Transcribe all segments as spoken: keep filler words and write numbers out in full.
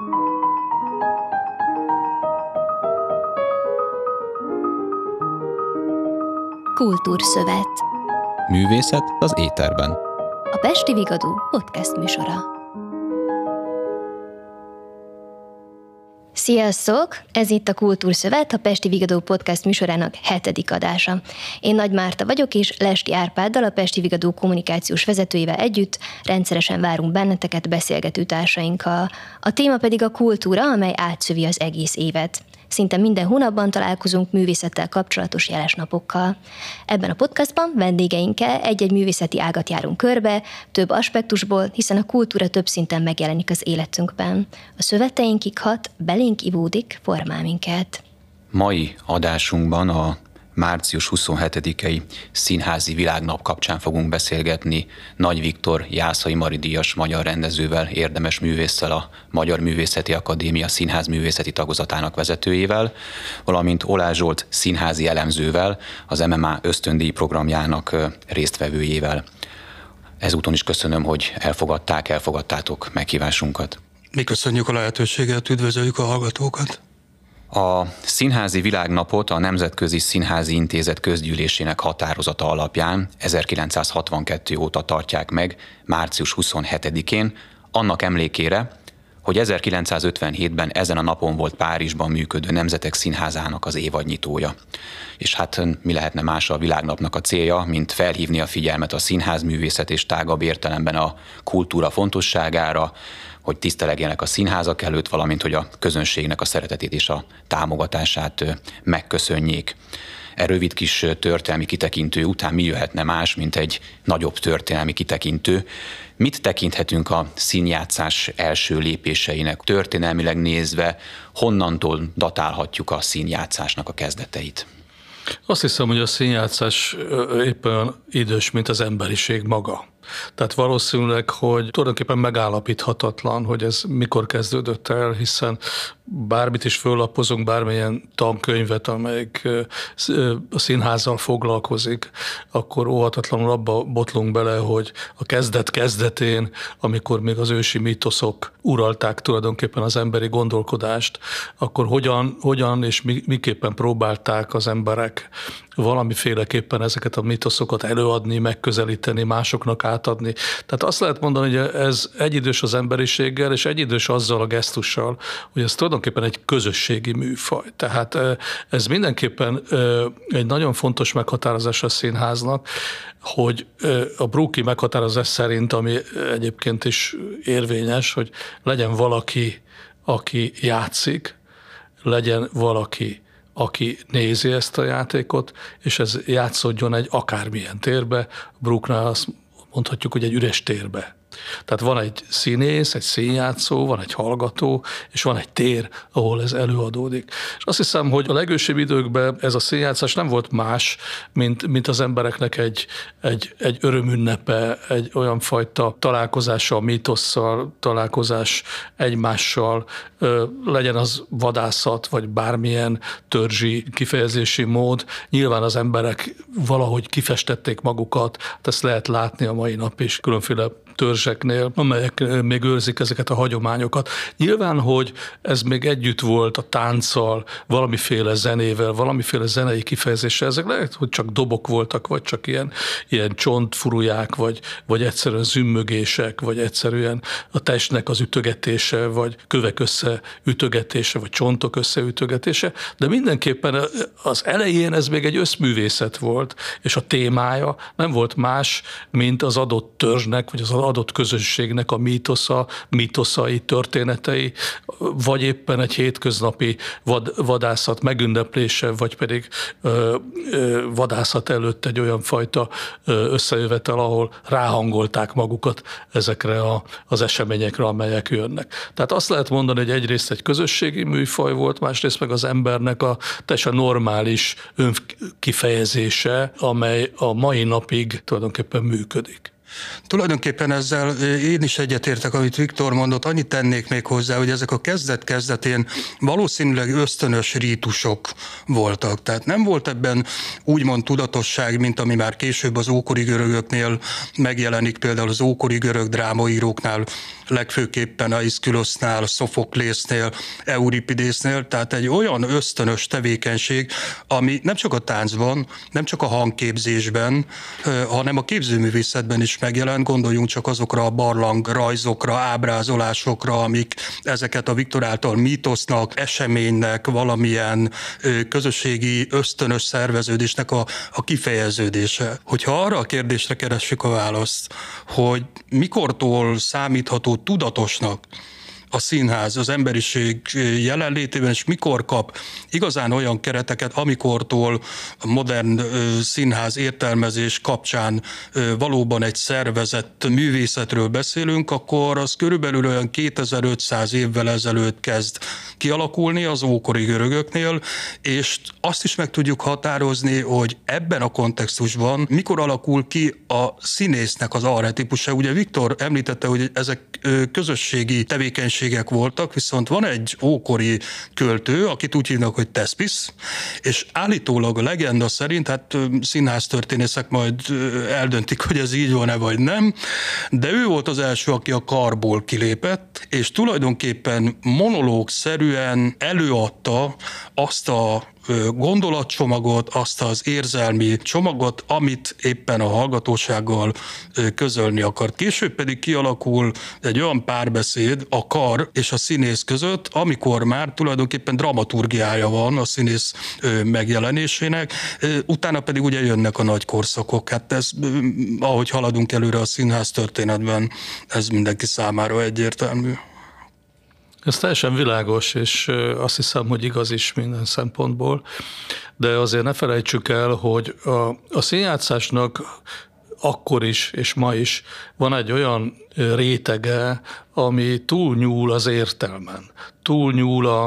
Kultúrszövet. Művészet az éterben. A Pesti Vigadó podcast műsora. Sziasztok! Ez itt a Kultúrszövet, a Pesti Vigadó podcast műsorának hetedik adása. Én Nagy Márta vagyok, és Lesti Árpáddal, a Pesti Vigadó kommunikációs vezetőjével együtt rendszeresen várunk benneteket beszélgető társainkkal. A téma pedig a kultúra, amely átszövi az egész évet. Szinte minden hónapban találkozunk művészettel kapcsolatos jeles napokkal. Ebben a podcastban vendégeinkkel egy-egy művészeti ágat járunk körbe, több aspektusból, hiszen a kultúra több szinten megjelenik az életünkben. A szöveteinkig hat, belénk ivódik, formál minket. Mai adásunkban a március huszonhetedikei Színházi Világnap kapcsán fogunk beszélgetni Nagy Viktor Jászai Mari díjas magyar rendezővel, érdemes művésszel, a Magyar Művészeti Akadémia színházművészeti tagozatának vezetőjével, valamint Oláh Zsolt színházi elemzővel, az em em á ösztöndíj programjának résztvevőjével. Ezúton is köszönöm, hogy elfogadták, elfogadtátok meghívásunkat. Mi köszönjük a lehetőséget, üdvözöljük a hallgatókat. A Színházi Világnapot a Nemzetközi Színházi Intézet közgyűlésének határozata alapján ezerkilencszázhatvankettő óta tartják meg március huszonhetedikén, annak emlékére, hogy ezerkilencszázötvenhétben ezen a napon volt Párizsban működő Nemzetek Színházának az évadnyitója. És hát mi lehetne más a világnapnak a célja, mint felhívni a figyelmet a színházművészet és tágabb értelemben a kultúra fontosságára, hogy tisztelegjenek a színházak előtt, valamint hogy a közönségnek a szeretetét és a támogatását megköszönjék. E rövid kis történelmi kitekintő után mi jöhetne más, mint egy nagyobb történelmi kitekintő? Mit tekinthetünk a színjátszás első lépéseinek történelmileg nézve, honnantól datálhatjuk a színjátszásnak a kezdeteit? Azt hiszem, hogy a színjátszás éppen olyan idős, mint az emberiség maga. Tehát valószínűleg, hogy tulajdonképpen megállapíthatatlan, hogy ez mikor kezdődött el, hiszen bármit is föllapozunk, bármilyen tankönyvet, amelyik a színházzal foglalkozik, akkor óhatatlanul abba botlunk bele, hogy a kezdet kezdetén, amikor még az ősi mítoszok uralták tulajdonképpen az emberi gondolkodást, akkor hogyan, hogyan és miképpen próbálták az emberek valamiféleképpen ezeket a mítoszokat előadni, megközelíteni, másoknak átadni. Tehát azt lehet mondani, hogy ez egyidős az emberiséggel, és egyidős azzal a gesztussal, hogy ez tulajdonképpen egy közösségi műfaj. Tehát ez mindenképpen egy nagyon fontos meghatározás a színháznak, hogy a Brooke meghatározás szerint, ami egyébként is érvényes, hogy legyen valaki, aki játszik, legyen valaki, aki nézi ezt a játékot, és ez játszódjon egy akármilyen térbe, Brooke-nál azt mondhatjuk, hogy egy üres térbe. Tehát van egy színész, egy színjátszó, van egy hallgató, és van egy tér, ahol ez előadódik. És azt hiszem, hogy a legősibb időkben ez a színjátszás nem volt más, mint, mint az embereknek egy, egy, egy örömünnepe, egy olyan fajta találkozással, mítosszal, találkozás egymással, legyen az vadászat, vagy bármilyen törzsi kifejezési mód. Nyilván az emberek valahogy kifestették magukat, ezt lehet látni a mai nap is különféle törzseknél, amelyek még őrzik ezeket a hagyományokat. Nyilván, hogy ez még együtt volt a tánccal, valamiféle zenével, valamiféle zenei kifejezéssel. Ezek lehet, hogy csak dobok voltak, vagy csak ilyen, ilyen csontfuruják, vagy, vagy egyszerűen zümmögések, vagy egyszerűen a testnek az ütögetése, vagy kövek összeütögetése, vagy csontok összeütögetése, de mindenképpen az elején ez még egy összművészet volt, és a témája nem volt más, mint az adott törzsnek, vagy az adott közösségnek a mítosza, mítoszai, történetei, vagy éppen egy hétköznapi vad, vadászat megünneplése, vagy pedig ö, ö, vadászat előtt egy olyan fajta ö, összejövetel, ahol ráhangolták magukat ezekre a, az eseményekre, amelyek jönnek. Tehát azt lehet mondani, hogy egyrészt egy közösségi műfaj volt, másrészt meg az embernek a teljesen normális önkifejezése, amely a mai napig tulajdonképpen működik. Tulajdonképpen ezzel én is egyetértek, amit Viktor mondott, annyit tennék még hozzá, hogy ezek a kezdet-kezdetén valószínűleg ösztönös rítusok voltak. Tehát nem volt ebben úgymond tudatosság, mint ami már később az ókori görögöknél megjelenik, például az ókori görög drámaíróknál legfőképpen Aiszkülosznál, Szofoklésznél, Euripidésznél, tehát egy olyan ösztönös tevékenység, ami nem csak a táncban, nem csak a hangképzésben, hanem a képzőművészetben is megjelent. Gondoljunk csak azokra a barlang rajzokra, ábrázolásokra, amik ezeket a Viktor által mítosznak, eseménynek, valamilyen közösségi ösztönös szerveződésnek a, a kifejeződése. Hogyha arra a kérdésre keressük a választ, hogy mikortól számítható tudatosnak a színház az emberiség jelenlétében, és mikor kap igazán olyan kereteket, amikortól a modern színház értelmezés kapcsán valóban egy szervezett művészetről beszélünk, akkor az körülbelül olyan kétezer-ötszáz évvel ezelőtt kezd kialakulni az ókori görögöknél, és azt is meg tudjuk határozni, hogy ebben a kontextusban mikor alakul ki a színésznek az archetípusa. Ugye Viktor említette, hogy ezek közösségi tevékenységek voltak, viszont van egy ókori költő, akit úgy hívnak, hogy Thespis, és állítólag a legenda szerint, hát színháztörténészek majd eldöntik, hogy ez így van-e vagy nem, de ő volt az első, aki a karból kilépett, és tulajdonképpen monológszerűen előadta azt a gondolatcsomagot, azt az érzelmi csomagot, amit éppen a hallgatósággal közölni akart. Később pedig kialakul egy olyan párbeszéd a kar és a színész között, amikor már tulajdonképpen dramaturgiája van a színész megjelenésének, utána pedig ugye jönnek a nagy korszakok. Hát ez, ahogy haladunk előre a színház történetben, ez mindenki számára egyértelmű. Ez teljesen világos, és azt hiszem, hogy igaz is minden szempontból, de azért ne felejtsük el, hogy a, a színjátszásnak akkor is, és ma is van egy olyan rétege, ami túlnyúl az értelmen, túlnyúl a,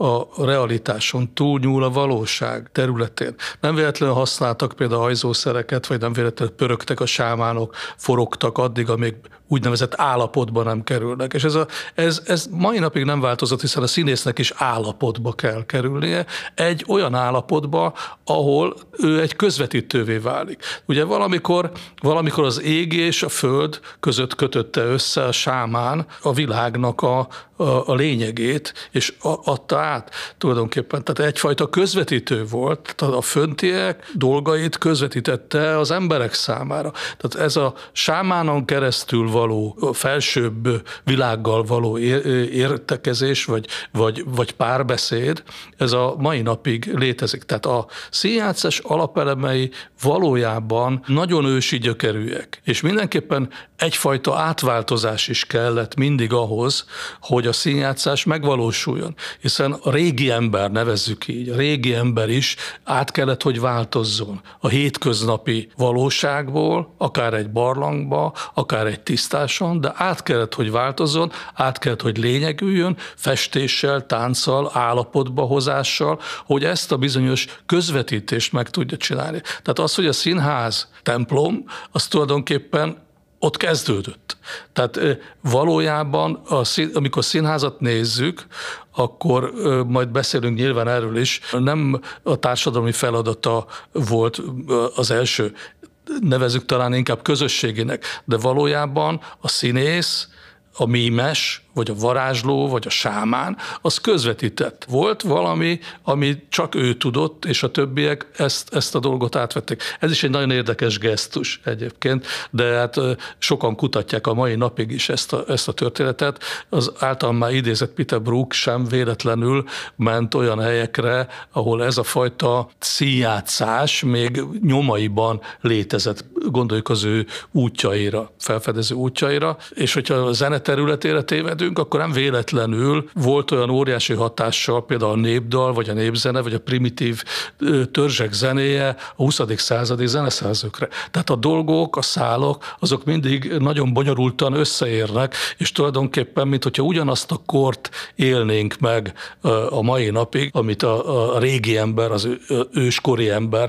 a realitáson, túlnyúl a valóság területén. Nem véletlenül használtak például hajzószereket, vagy nem véletlenül pörögtek a sámánok, forogtak addig, amíg úgynevezett állapotba nem kerülnek. És ez, a, ez, ez mai napig nem változott, hiszen a színésznek is állapotba kell kerülnie, egy olyan állapotba, ahol ő egy közvetítővé válik. Ugye valamikor, valamikor az ég és a föld között kötötte össze a sámán a világnak a, a, a lényegét, és adta át tulajdonképpen. Tehát egyfajta közvetítő volt, tehát a föntiek dolgait közvetítette az emberek számára. Tehát ez a sámánon keresztül való felsőbb világgal való értekezés, vagy, vagy, vagy párbeszéd, ez a mai napig létezik. Tehát a színjátszás alapelemei valójában nagyon ősi gyökerűek, és mindenképpen egyfajta átváltozás is kellett mindig ahhoz, hogy a színjátszás megvalósuljon, hiszen a régi ember, nevezzük így, a régi ember is át kellett, hogy változzon a hétköznapi valóságból, akár egy barlangba, akár egy tisztáson, de át kellett, hogy változzon, át kellett, hogy lényegüljön, festéssel, tánccal, állapotba hozással, hogy ezt a bizonyos közvetítést meg tudja csinálni. Tehát az, hogy a színház templom, az tulajdonképpen ott kezdődött. Tehát valójában, amikor színházat nézzük, akkor majd beszélünk nyilván erről is, nem a társadalmi feladata volt az első, nevezzük talán inkább közösségének, de valójában a színész, a mímes, vagy a varázsló, vagy a sámán, az közvetített. Volt valami, ami csak ő tudott, és a többiek ezt, ezt a dolgot átvették. Ez is egy nagyon érdekes gesztus egyébként, de hát sokan kutatják a mai napig is ezt a, ezt a történetet. Az általán már idézett Peter Brook sem véletlenül ment olyan helyekre, ahol ez a fajta színjátszás még nyomaiban létezett. Gondoljuk az ő útjaira, felfedező útjaira, és hogyha a zene területére tévedünk, akkor nem véletlenül volt olyan óriási hatással például a népdal, vagy a népzene, vagy a primitív törzsek zenéje a huszadik századi zeneszerzőkre. Tehát a dolgok, a szálok, azok mindig nagyon bonyolultan összeérnek, és tulajdonképpen, mint hogyha ugyanazt a kort élnénk meg a mai napig, amit a, a régi ember, az őskori ember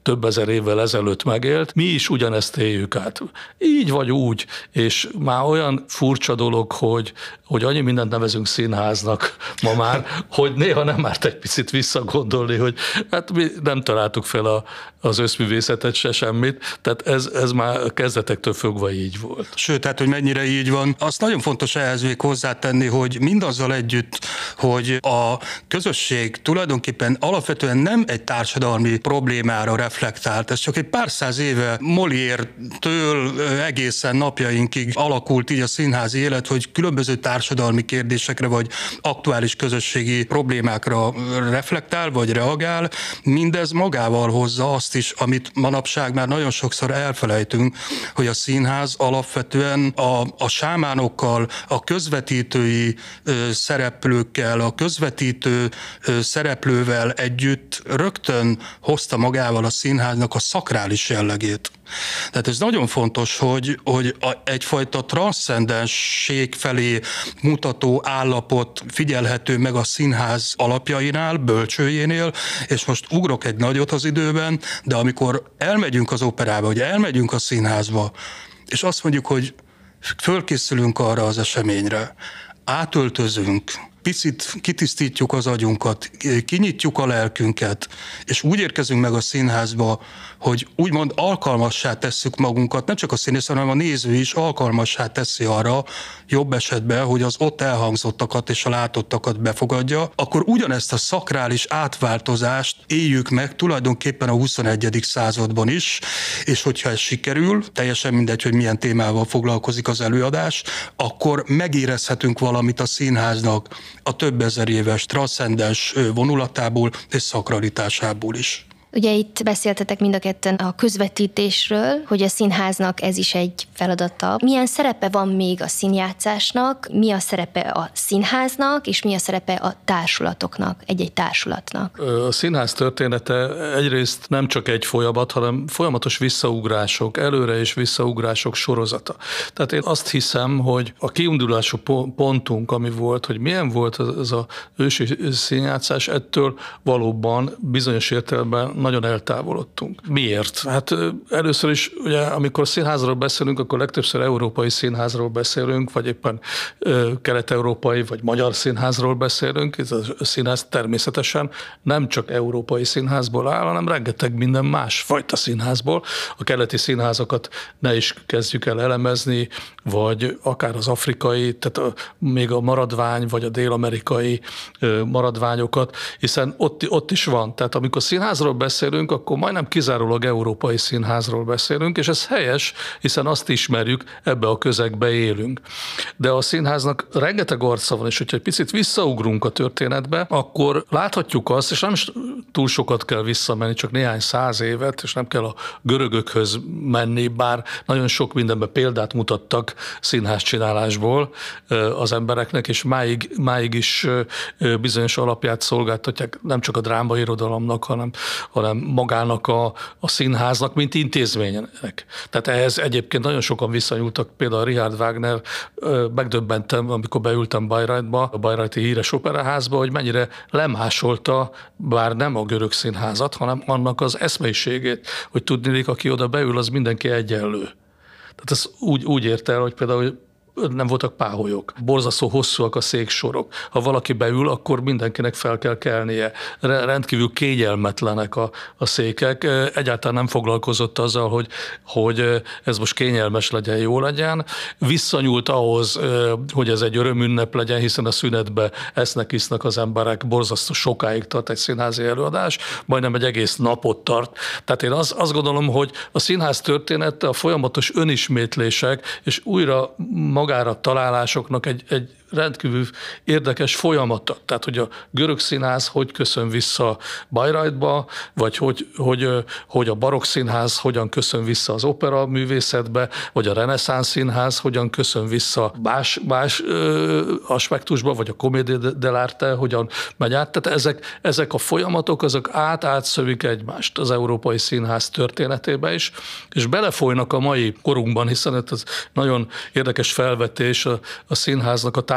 több ezer évvel ezelőtt megélt, mi is ugyanezt éljük át. Így vagy úgy, és már olyan furcsa dolog, hogy, hogy annyi mindent nevezünk színháznak ma már, hogy néha nem árt egy picit visszagondolni, hogy hát mi nem találtuk fel a, az összművészetet se semmit, tehát ez, ez már a kezdetektől fogva így volt. Sőt, tehát, hogy mennyire így van, azt nagyon fontos ehhez még hozzátenni, hogy mindazzal együtt, hogy a közösség tulajdonképpen alapvetően nem egy társadalmi problémára reflektált. Ez csak egy pár száz éve Molière-től egészen napjainkig alakult így a színházi élet, hogy különböző társadalmi kérdésekre vagy aktuális közösségi problémákra reflektál vagy reagál. Mindez magával hozza azt is, amit manapság már nagyon sokszor elfelejtünk, hogy a színház alapvetően a, a sámánokkal, a közvetítői ö, szereplőkkel, a közvetítő ö, szereplővel együtt rögtön hozta magával a színháznak a szakrális jellegét. Tehát ez nagyon fontos, hogy, hogy egyfajta transzcendensség felé mutató állapot figyelhető meg a színház alapjainál, bölcsőjénél, és most ugrok egy nagyot az időben, de amikor elmegyünk az operába, vagy elmegyünk a színházba, és azt mondjuk, hogy fölkészülünk arra az eseményre, átöltözünk, picit kitisztítjuk az agyunkat, kinyitjuk a lelkünket, és úgy érkezünk meg a színházba, hogy úgymond alkalmassá tesszük magunkat, nem csak a színész, hanem a néző is alkalmassá teszi arra, jobb esetben, hogy az ott elhangzottakat és a látottakat befogadja, akkor ugyanezt a szakrális átváltozást éljük meg tulajdonképpen a huszonegyedik században is, és hogyha ez sikerül, teljesen mindegy, hogy milyen témával foglalkozik az előadás, akkor megérezhetünk valamit a színháznak a több ezer éves transzcendens vonulatából és szakralitásából is. Ugye itt beszéltetek mind a ketten a közvetítésről, hogy a színháznak ez is egy feladata. Milyen szerepe van még a színjátszásnak, mi a szerepe a színháznak, és mi a szerepe a társulatoknak, egy-egy társulatnak? A színház története egyrészt nem csak egy folyamat, hanem folyamatos visszaugrások, előre és visszaugrások sorozata. Tehát én azt hiszem, hogy a kiindulású pontunk, ami volt, hogy milyen volt ez az ősi színjátszás, ettől valóban bizonyos értelemben nagyon eltávolodtunk. Miért? Hát először is, ugye, amikor színházról beszélünk, akkor legtöbbször európai színházról beszélünk, vagy éppen kelet-európai, vagy magyar színházról beszélünk. Ez a színház természetesen nem csak európai színházból áll, hanem rengeteg minden más fajta színházból. A keleti színházakat ne is kezdjük el elemezni, vagy akár az afrikai, tehát a, még a maradvány, vagy a dél-amerikai maradványokat, hiszen ott, ott is van. Tehát amikor színházról beszélünk, akkor majdnem kizárólag európai színházról beszélünk, és ez helyes, hiszen azt ismerjük, ebbe a közegbe élünk. De a színháznak rengeteg arca van, és hogyha egy picit visszaugrunk a történetbe, akkor láthatjuk azt, és nem is túl sokat kell visszamenni, csak néhány száz évet, és nem kell a görögökhöz menni, bár nagyon sok mindenben példát mutattak színházcsinálásból az embereknek, és máig, máig is bizonyos alapját szolgáltatják nem csak a drámairodalomnak, hanem, hanem magának a, a színháznak, mint intézménynek. Tehát ehhez egyébként nagyon sokan visszanyúltak, például Richard Wagner, megdöbbentem, amikor beültem Bayreuthba, a Bayreuthi híres operaházba, hogy mennyire lemásolta, bár nem a görög színházat, hanem annak az eszmeiségét, hogy tudniillik, aki oda beül, az mindenki egyenlő. Tehát ez úgy, úgy ért el, hogy például nem voltak páholyok. Borzasztó hosszúak a széksorok. Ha valaki beül, akkor mindenkinek fel kell kelnie. Rendkívül kényelmetlenek a, a székek. Egyáltalán nem foglalkozott azzal, hogy, hogy ez most kényelmes legyen, jó legyen. Visszanyúlt ahhoz, hogy ez egy örömünnep legyen, hiszen a szünetbe esznek, isznak az emberek, borzasztó sokáig tart egy színházi előadás, majdnem egy egész napot tart. Tehát én azt, azt gondolom, hogy a színház története a folyamatos önismétlések, és újra magára találásoknak egy, egy rendkívül érdekes folyamata. Tehát, hogy a görög színház hogy köszön vissza Bayreuthba, vagy hogy, hogy, hogy a barokk színház hogyan köszön vissza az opera művészetbe, vagy a reneszánsz színház hogyan köszön vissza más, más ö, aspektusba, vagy a comédie dell'arte hogyan megy át. Tehát ezek, ezek a folyamatok, azok át-átszövik egymást az európai színház történetébe is, és belefolynak a mai korunkban, hiszen ez nagyon érdekes felvetés a, a színháznak a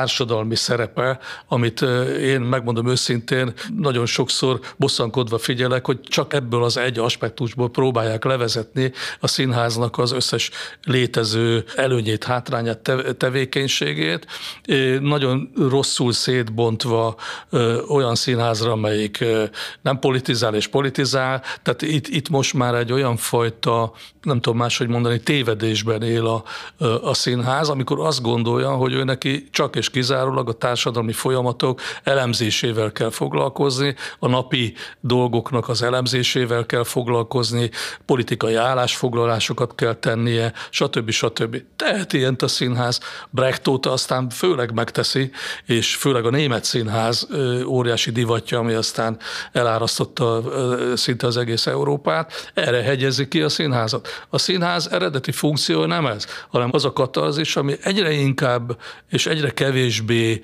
társadalmi szerepe, amit én megmondom őszintén, nagyon sokszor bosszankodva figyelek, hogy csak ebből az egy aspektusból próbálják levezetni a színháznak az összes létező előnyét, hátrányát, tevékenységét, nagyon rosszul szétbontva olyan színházra, amelyik nem politizál és politizál, tehát itt, itt most már egy olyan fajta, nem tudom máshogy mondani, tévedésben él a, a színház, amikor azt gondolja, hogy ő neki csak és kizárólag a társadalmi folyamatok elemzésével kell foglalkozni, a napi dolgoknak az elemzésével kell foglalkozni, politikai állásfoglalásokat kell tennie, stb. stb. Tehet ilyent a színház, Brecht óta aztán főleg megteszi, és főleg a német színház óriási divatja, ami aztán elárasztotta szinte az egész Európát, erre hegyezi ki a színházat. A színház eredeti funkció nem ez, hanem az a katarzis, ami egyre inkább és egyre kevésbé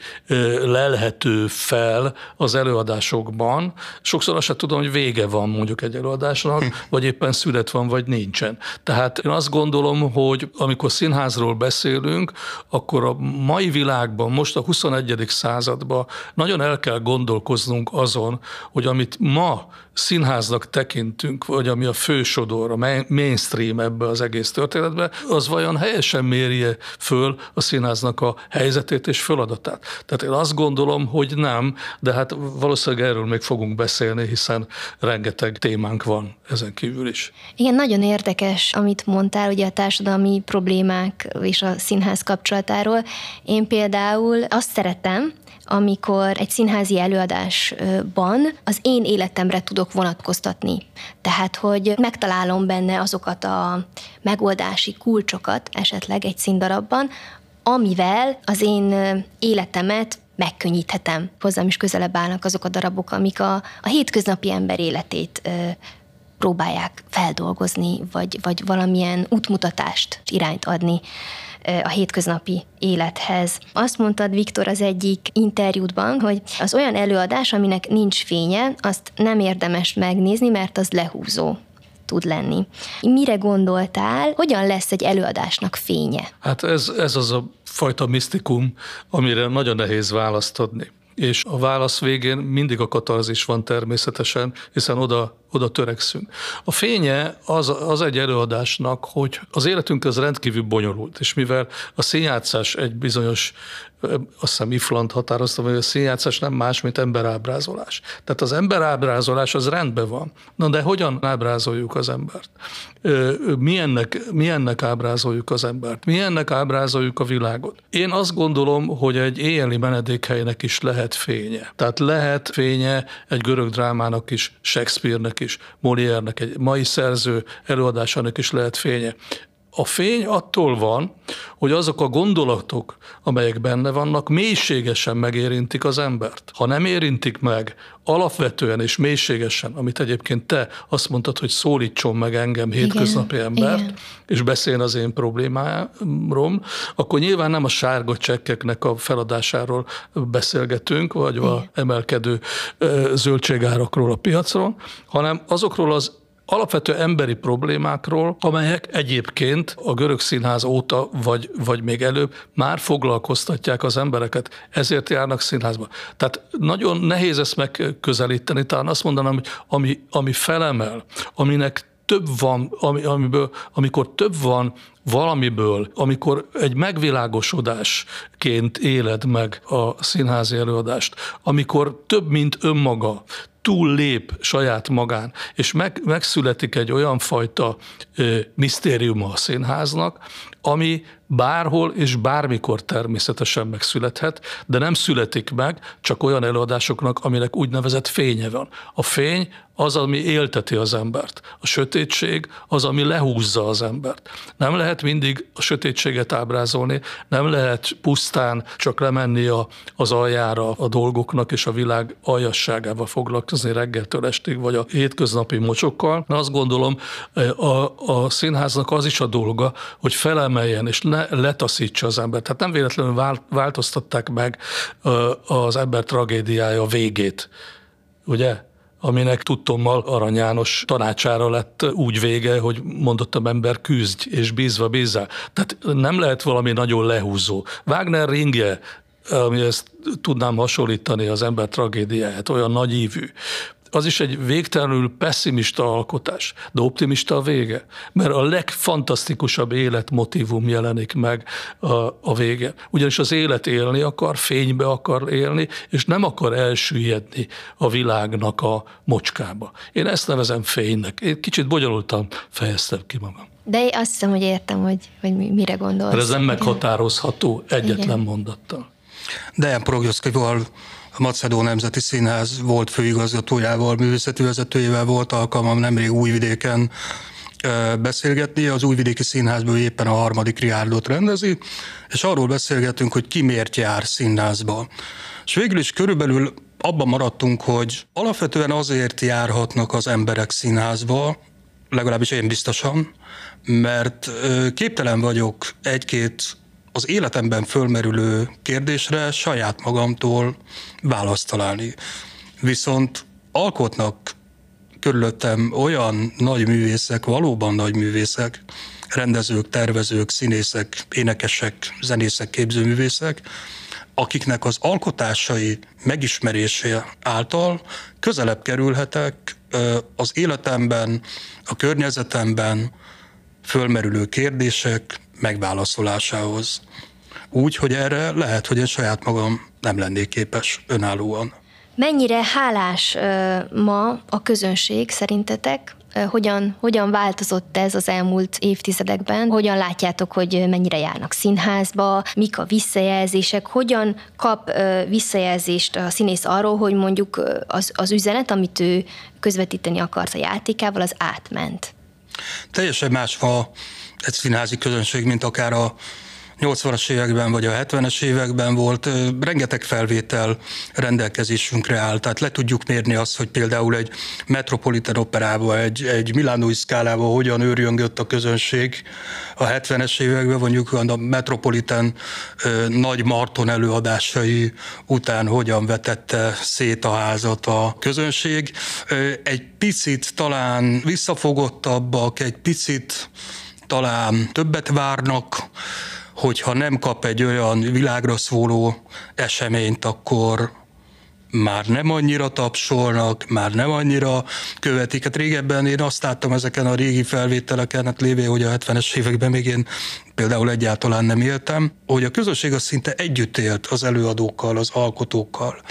lelhető fel az előadásokban. Sokszor azt sem tudom, hogy vége van mondjuk egy előadásnak, vagy éppen szület van, vagy nincsen. Tehát én azt gondolom, hogy amikor színházról beszélünk, akkor a mai világban, most a huszonegyedik században nagyon el kell gondolkoznunk azon, hogy amit ma színháznak tekintünk, vagy ami a fősodor, a mainstream ebbe az egész történetbe, az vajon helyesen mérje föl a színháznak a helyzetét és feladatát. Tehát én azt gondolom, hogy nem, de hát valószínűleg erről még fogunk beszélni, hiszen rengeteg témánk van ezen kívül is. Igen, nagyon érdekes, amit mondtál, ugye a társadalmi problémák és a színház kapcsolatáról. Én például azt szeretem, amikor egy színházi előadásban az én életemre tudok vonatkoztatni. Tehát, hogy megtalálom benne azokat a megoldási kulcsokat esetleg egy színdarabban, amivel az én életemet megkönnyíthetem. Hozzám is közelebb állnak azok a darabok, amik a, a hétköznapi ember életét ö, próbálják feldolgozni, vagy, vagy valamilyen útmutatást, irányt adni a hétköznapi élethez. Azt mondtad, Viktor, az egyik interjúdban, hogy az olyan előadás, aminek nincs fénye, azt nem érdemes megnézni, mert az lehúzó tud lenni. Mire gondoltál, hogyan lesz egy előadásnak fénye? Hát ez, ez az a fajta misztikum, amire nagyon nehéz választ adni. És a válasz végén mindig a katarzis van természetesen, hiszen oda, oda törekszünk. A fénye az, az egy előadásnak, hogy az életünk az rendkívül bonyolult, és mivel a színjátszás egy bizonyos, azt hiszem Ifland határozta, hogy a színjátszás nem más, mint emberábrázolás. Tehát az emberábrázolás az rendben van. Na de hogyan ábrázoljuk az embert? Milyennek, milyennek ábrázoljuk az embert? Milyennek ábrázoljuk a világot? Én azt gondolom, hogy egy éjjeli menedékhelynek is lehet fénye. Tehát lehet fénye egy görög drámának is, Shakespeare-nek is, Molière-nek, egy mai szerző előadásának is lehet fénye. A fény attól van, hogy azok a gondolatok, amelyek benne vannak, mélységesen megérintik az embert. Ha nem érintik meg alapvetően és mélységesen, amit egyébként te azt mondtad, hogy szólítson meg engem hétköznapi igen, embert, igen. és beszéljen az én problémámról, akkor nyilván nem a sárga csekkeknek a feladásáról beszélgetünk, vagy igen. a emelkedő zöldségárakról a piacról, hanem azokról az alapvető emberi problémákról, amelyek egyébként a görög színház óta, vagy, vagy még előbb már foglalkoztatják az embereket, ezért járnak színházba. Tehát nagyon nehéz ezt megközelíteni, talán azt mondanám, hogy ami, ami felemel, aminek több van, ami, amiből, amikor több van valamiből, amikor egy megvilágosodásként éled meg a színházi előadást, amikor több, mint önmaga, túl lép saját magán, és meg, megszületik egy olyan fajta ö, misztériuma a színháznak, ami bárhol és bármikor természetesen megszülethet, de nem születik meg csak olyan előadásoknak, aminek úgynevezett fénye van. A fény az, ami élteti az embert. A sötétség az, ami lehúzza az embert. Nem lehet mindig a sötétséget ábrázolni, nem lehet pusztán csak lemenni a, az aljára a dolgoknak és a világ aljasságával foglalkozni reggeltől estig, vagy a hétköznapi mocsokkal. Azt gondolom, a, a színháznak az is a dolga, hogy felemeljen és ne, letaszítsa az embert. Tehát nem véletlenül változtatták meg az ember tragédiája végét, ugye? Aminek tudtommal Arany János tanácsára lett úgy vége, hogy mondottam, ember küzdj, és bízva bízzál. Tehát nem lehet valami nagyon lehúzó. Wagner ringje amihez tudnám hasonlítani az ember tragédiáját, olyan nagyívű, az is egy végtelenül pessimista alkotás, de optimista a vége, mert a legfantasztikusabb életmotívum jelenik meg a, a vége. Ugyanis az élet élni akar, fénybe akar élni, és nem akar elsüllyedni a világnak a mocskába. Én ezt nevezem fénynek. Én kicsit bonyolultan fejeztem ki magam. De én azt hiszem, hogy értem, hogy, hogy mire gondolsz. Mert ez nem meghatározható egyetlen Igen. mondattal. Dejan Progyoszkival, a Macedón Nemzeti Színház volt főigazgatójával, művészeti vezetőjével volt alkalmam nemrég Újvidéken beszélgetni. Az Újvidéki Színházban éppen a harmadik Rihárdot rendezi, és arról beszélgetünk, hogy ki miért jár színházba. És végül is körülbelül abban maradtunk, hogy alapvetően azért járhatnak az emberek színházba, legalábbis én biztosan, mert képtelen vagyok egy-két az életemben fölmerülő kérdésre saját magamtól választ találni. Viszont alkotnak körülöttem olyan nagy művészek, valóban nagy művészek, rendezők, tervezők, színészek, énekesek, zenészek, képzőművészek, akiknek az alkotásai megismerése által közelebb kerülhetek az életemben, a környezetemben fölmerülő kérdések megválaszolásához. Úgy, hogy erre lehet, hogy én saját magam nem lennék képes önállóan. Mennyire hálás ma a közönség szerintetek? Hogyan, hogyan változott ez az elmúlt évtizedekben? Hogyan látjátok, hogy mennyire járnak színházba? Mik a visszajelzések? Hogyan kap visszajelzést a színész arról, hogy mondjuk az, az üzenet, amit ő közvetíteni akart a játékával, az átment? Teljesen más ma egy színházi közönség, mint akár a nyolcvanas években vagy a hetvenes években volt. Rengeteg felvétel rendelkezésünkre áll, tehát le tudjuk mérni azt, hogy például egy Metropolitan Operában, egy, egy Milánói Scalában hogyan őrjöngött a közönség a hetvenes években, mondjuk a Metropolitan ö, nagy Marton előadásai után hogyan vetette szét a házat a közönség. Ö, egy picit talán visszafogottabbak, egy picit talán többet várnak, hogyha nem kap egy olyan világra szóló eseményt, akkor már nem annyira tapsolnak, már nem annyira követik. Hát régebben én azt láttam ezeken a régi felvételeken, hát lévén, hogy a hetvenes években még én például egyáltalán nem éltem, hogy a közösség az szinte együtt élt az előadókkal, az alkotókkal.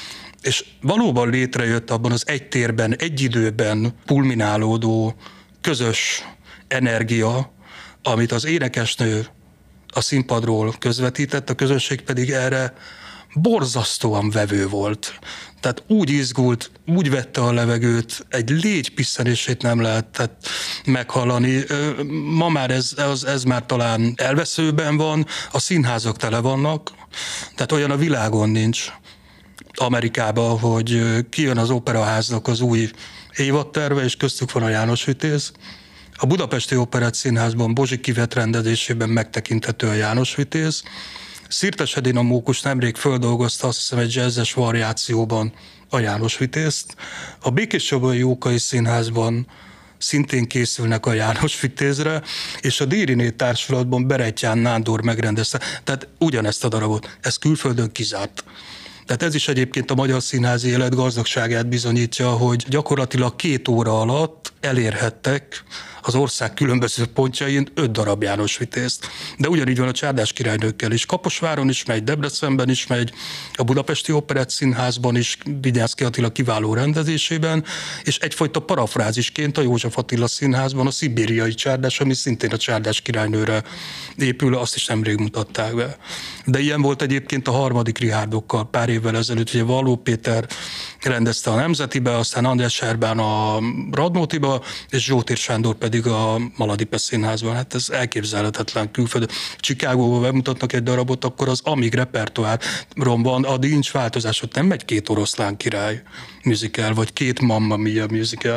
És valóban létrejött abban az egy térben, egy időben pulminálódó közös energia, amit az énekesnő a színpadról közvetített, a közönség pedig erre borzasztóan vevő volt. Tehát úgy izgult, úgy vette a levegőt, egy légy pisszenését nem lehetett meghallani. Ma már ez, ez, ez már talán elveszőben van, a színházak tele vannak, tehát olyan a világon nincs. Amerikában, hogy kijön az Operaháznak az új évadterve, és köztük van a János Vitéz. A Budapesti Operett Színházban Bozsik Kivett rendezésében megtekinthető a János Vitéz. Szirtes Edina Mókus nemrég földolgozta, azt hiszem, egy jazzes variációban a János Vitézt. A Békéscsabai Jókai Színházban szintén készülnek a János Vitézre, és a Dériné Társulatban Berettyán Nándor megrendezte. Tehát ugyanezt a darabot, ez külföldön kizárt. Tehát ez is egyébként a magyar színházi élet gazdagságát bizonyítja, hogy gyakorlatilag két óra alatt elérhettek az ország különböző pontjain öt darab János Vitézt. De ugyanígy van a Csárdás királynőkkel is. Kaposváron is megy, Debrecenben is megy, a Budapesti Operett Színházban is, Vinyánszky Attila kiváló rendezésében, és egyfajta parafrázisként a József Attila Színházban a Szibériai Csárdás, ami szintén a Csárdás királynőre épül, azt is nemrég mutatták be. De ilyen volt egyébként a harmadik Richárdokkal pár évvel ezelőtt, ugye Valló Péter rendezte a Nemzetibe, aztán András Serbán a Radnótiba, és Zsótér Sándor pedig a Maladipe Színházban. Hát ez elképzelhetetlen külföldön. Chicagóban bemutatnak egy darabot, akkor az amíg repertoáron van, addig nincs változás, ott nem megy két oroszlán király musical, vagy két Mamma Mia musical.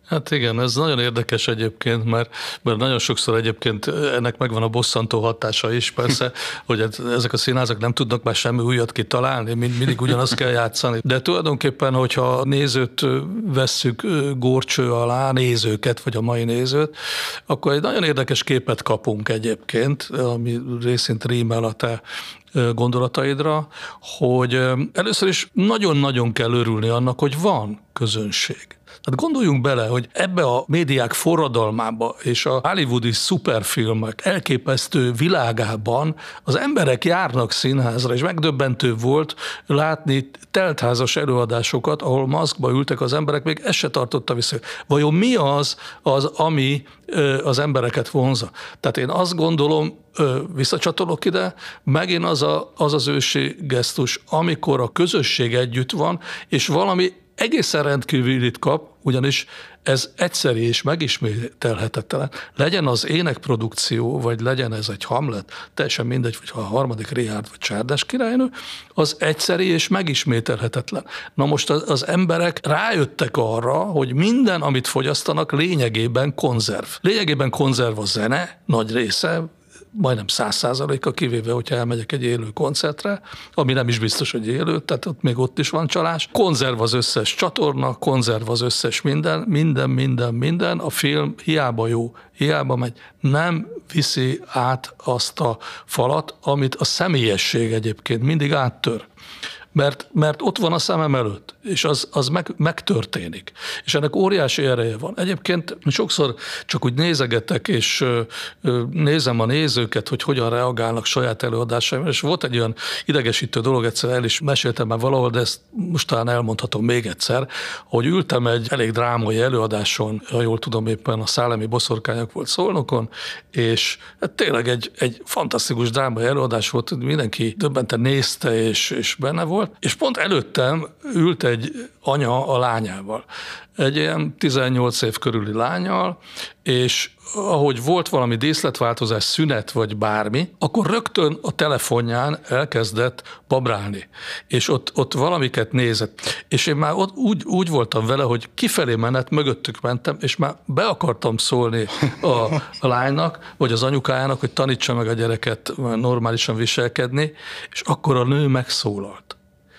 Hát igen, ez nagyon érdekes egyébként, mert, mert nagyon sokszor egyébként ennek megvan a bosszantó hatása is, persze, hogy ezek a színházak nem tudnak már semmi újat kitalálni, mind, mindig ugyanazt kell játszani. De tulajdonképpen, hogyha a nézőt vesszük górcső alá, nézőket, vagy a mai nézőt, akkor egy nagyon érdekes képet kapunk egyébként, ami részint rímel a te gondolataidra, hogy először is nagyon-nagyon kell örülni annak, hogy van közönség. Tehát gondoljunk bele, hogy ebbe a médiák forradalmába és a hollywoodi szuperfilmek elképesztő világában az emberek járnak színházra, és megdöbbentő volt látni teltházas előadásokat, ahol maszkba ültek az emberek, még ezt se tartotta vissza. Vajon mi az, az ami az embereket vonza? Tehát én azt gondolom, visszacsatolok ide, megint az, a, az az ősi gesztus, amikor a közösség együtt van, és valami egészen rendkívülit kap, ugyanis ez egyszerű és megismételhetetlen. Legyen az énekprodukció, vagy legyen ez egy Hamlet, teljesen mindegy, hogy a harmadik Richárd vagy Csárdás királynő, az egyszerű és megismételhetetlen. Na most az, az emberek rájöttek arra, hogy minden, amit fogyasztanak, lényegében konzerv. Lényegében konzerv a zene, nagy része, majdnem száz százaléka, kivéve, hogyha elmegyek egy élő koncertre, ami nem is biztos, hogy élő, tehát ott még ott is van csalás. Konzerv az összes csatorna, konzerv az összes minden, minden, minden, minden. A film hiába jó, hiába megy, nem viszi át azt a falat, amit a személyesség egyébként mindig áttör. Mert, mert ott van a szemem előtt, és az, az meg, megtörténik. És ennek óriási ereje van. Egyébként sokszor csak úgy nézegetek, és nézem a nézőket, hogy hogyan reagálnak saját előadásaimra, és volt egy olyan idegesítő dolog, egyszer el is meséltem már valahol, de ezt most talán elmondhatom még egyszer, hogy ültem egy elég drámai előadáson, ha jól tudom, éppen a Szellemi Boszorkányok volt Szolnokon, és hát tényleg egy, egy fantasztikus drámai előadás volt, mindenki döbbenten nézte, és, és benne volt, és pont előttem ült egy anya a lányával. Egy ilyen tizennyolc év körüli lányal, és ahogy volt valami díszletváltozás, szünet vagy bármi, akkor rögtön a telefonján elkezdett babrálni. És ott, ott valamiket nézett. És én már ott úgy, úgy voltam vele, hogy kifelé menet, mögöttük mentem, és már be akartam szólni a, a lánynak, vagy az anyukájának, hogy tanítsa meg a gyereket normálisan viselkedni, és akkor a nő megszólalt.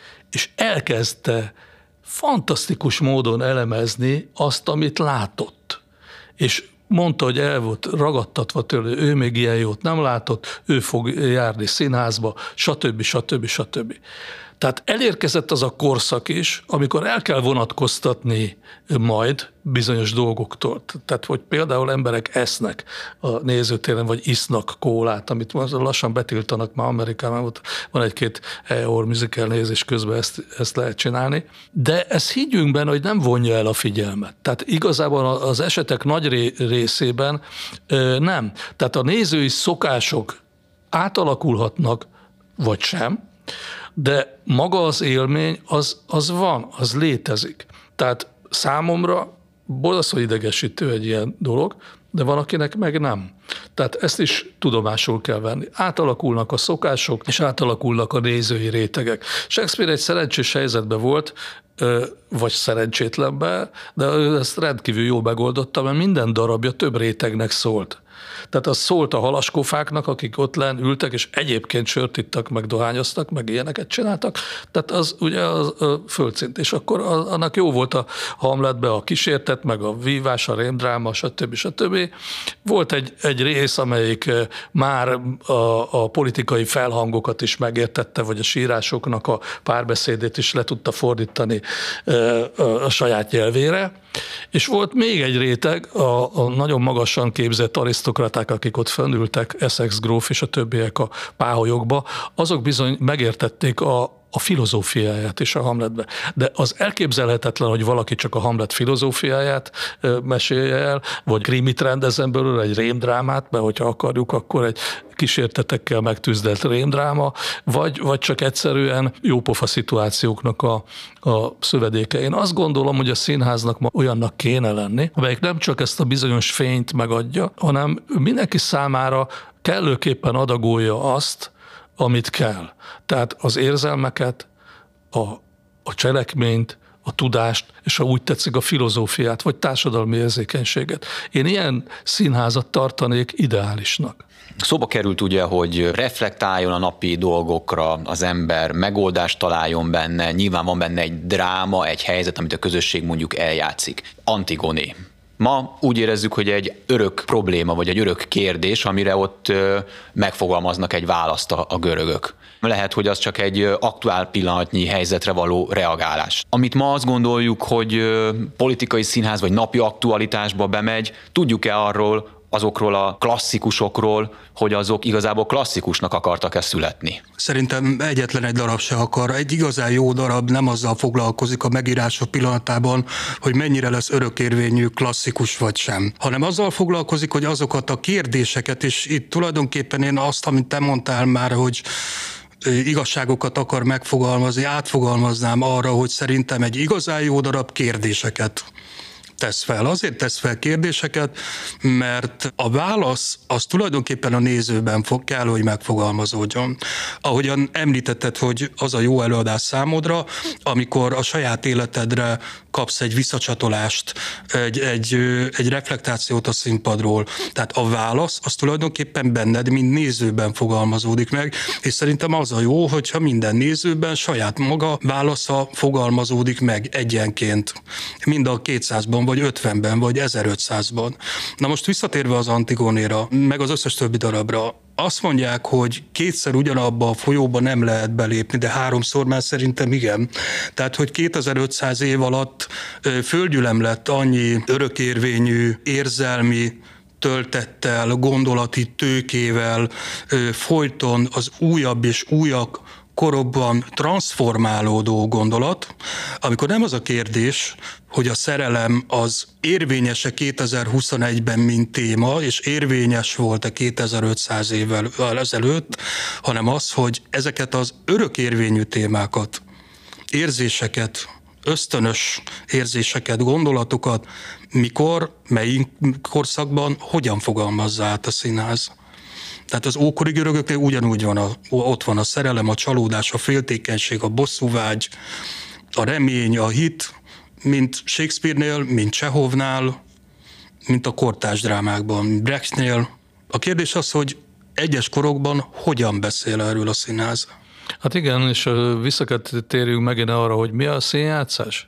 És elkezdte fantasztikus módon elemezni azt, amit látott. És mondta, hogy el volt ragadtatva tőle, ő még ilyen jót nem látott, ő fog járni színházba, stb. stb. stb. Tehát elérkezett az a korszak is, amikor el kell vonatkoztatni majd bizonyos dolgoktól. Tehát, hogy például emberek esznek a nézőtéren, vagy isznak kólát, amit lassan betiltanak már Amerikában, van egy-két hely, ahol musical nézés közben ezt, ezt lehet csinálni. De ezt higgyünk benne, hogy nem vonja el a figyelmet. Tehát igazából az esetek nagy részében nem. Tehát a nézői szokások átalakulhatnak, vagy sem, de maga az élmény, az, az van, az létezik. Tehát számomra borzasztó idegesítő egy ilyen dolog, de van, akinek meg nem. Tehát ezt is tudomásul kell venni. Átalakulnak a szokások, és átalakulnak a nézői rétegek. Shakespeare egy szerencsés helyzetben volt, vagy szerencsétlenben, de ő ezt rendkívül jól megoldotta, mert minden darabja több rétegnek szólt. Tehát az szólt a halaskófáknak, akik ott lenn ültek, és egyébként sört ittak, meg dohányoztak, meg ilyeneket csináltak. Tehát az ugye a, a földszint. És akkor annak jó volt a Hamletbe a kísértet, meg a vívás, a rémdráma, stb. stb. Volt egy, egy rész, amelyik már a, a politikai felhangokat is megértette, vagy a sírásoknak a párbeszédét is le tudta fordítani a, a saját nyelvére. És volt még egy réteg, a, a nagyon magasan képzett arisztokraták, akik ott fennültek, Essex gróf és a többiek a páholyokba, azok bizony megértették a, a filozófiáját is a Hamletbe. De az elképzelhetetlen, hogy valaki csak a Hamlet filozófiáját mesélje el, vagy krimit rendezzen belőle, egy rémdrámát, mert hogyha akarjuk, akkor egy kísértetekkel megtűzdelt rémdráma, vagy, vagy csak egyszerűen jópofa szituációknak a, a szövedéke. Én azt gondolom, hogy a színháznak ma olyannak kéne lenni, amelyik nem csak ezt a bizonyos fényt megadja, hanem mindenki számára kellőképpen adagolja azt, amit kell. Tehát az érzelmeket, a, a cselekményt, a tudást, és ha úgy tetszik a filozófiát, vagy társadalmi érzékenységet. Én ilyen színházat tartanék ideálisnak. Szóba került ugye, hogy reflektáljon a napi dolgokra az ember, megoldást találjon benne, nyilván van benne egy dráma, egy helyzet, amit a közösség mondjuk eljátszik. Antigoné. Ma úgy érezzük, hogy egy örök probléma, vagy egy örök kérdés, amire ott megfogalmaznak egy választ a görögök. Lehet, hogy az csak egy aktuál pillanatnyi helyzetre való reagálás. Amit ma azt gondoljuk, hogy politikai színház vagy napi aktualitásba bemegy, tudjuk-e arról, azokról a klasszikusokról, hogy azok igazából klasszikusnak akartak-e születni? Szerintem egyetlen egy darab se akar. Egy igazán jó darab nem azzal foglalkozik a megírások pillanatában, hogy mennyire lesz örökérvényű klasszikus vagy sem, hanem azzal foglalkozik, hogy azokat a kérdéseket, és itt tulajdonképpen én azt, amit te mondtál már, hogy igazságokat akar megfogalmazni, átfogalmaznám arra, hogy szerintem egy igazán jó darab kérdéseket tesz fel. Azért tesz fel kérdéseket, mert a válasz az tulajdonképpen a nézőben fog, kell, hogy megfogalmazódjon. Ahogyan említetted, hogy az a jó előadás számodra, amikor a saját életedre kapsz egy visszacsatolást, egy, egy, egy reflektációt a színpadról. Tehát a válasz az tulajdonképpen benned, mint nézőben fogalmazódik meg, és szerintem az a jó, hogyha minden nézőben saját maga válasza fogalmazódik meg egyenként. Mind a kétszázban, vagy ötvenben, vagy ezerötszázban. Na most visszatérve az Antigonéra, meg az összes többi darabra, azt mondják, hogy kétszer ugyanabba a folyóba nem lehet belépni, de háromszor már szerintem igen. Tehát, hogy kétezer-ötszáz év alatt földgyülem lett annyi örökérvényű, érzelmi töltettel, gondolati tőkével, folyton az újabb és újabb korokban transformálódó gondolat, amikor nem az a kérdés, hogy a szerelem az érvényes-e kétezer-huszonegyben, mint téma, és érvényes volt-e kétezer-ötszáz évvel ezelőtt, hanem az, hogy ezeket az örökérvényű témákat, érzéseket, ösztönös érzéseket, gondolatokat mikor, melyik korszakban, hogyan fogalmazza át a színház. Tehát az ókori görögöknél ugyanúgy van, a, ott van a szerelem, a csalódás, a féltékenység, a bosszúvágy, a remény, a hit, mint Shakespeare-nél, mint Csehovnál, mint a kortárs drámákban, Brechtnél. A kérdés az, hogy egyes korokban hogyan beszél erről a színház. Hát igen, és vissza kell térjünk megint arra, hogy mi a színjátszás?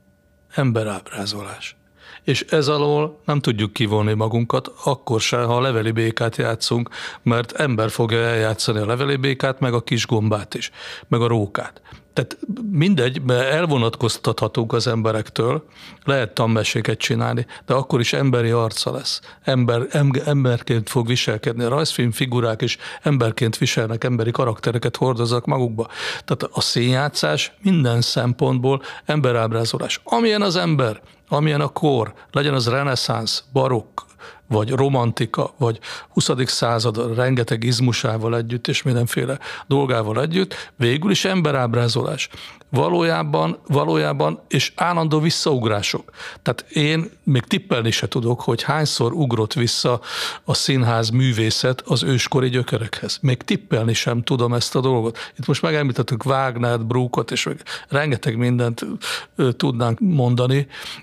Emberábrázolás. És ez alól nem tudjuk kivonni magunkat, akkor se, ha a leveli békát játszunk, mert ember fogja eljátszani a leveli békát, meg a kis gombát is, meg a rókát. Tehát mindegy, mert elvonatkoztathatunk az emberektől, lehet tanmeséket csinálni, de akkor is emberi arca lesz. Ember, emberként fog viselkedni. A rajzfilm figurák is emberként viselnek, emberi karaktereket hordoznak magukba. Tehát a színjátszás minden szempontból emberábrázolás. Amilyen az ember, amilyen a kor, legyen az reneszánsz, barokk, vagy romantika, vagy huszadik század rengeteg izmusával együtt, és mindenféle dolgával együtt, végül is emberábrázolás. Valójában, valójában, és állandó visszaugrások. Tehát én még tippelni se tudok, hogy hányszor ugrott vissza a színház művészet az őskori gyökerekhez. Még tippelni sem tudom ezt a dolgot. Itt most megemlítettük Wagnert, Bruckot, és rengeteg mindent tudnánk mondani,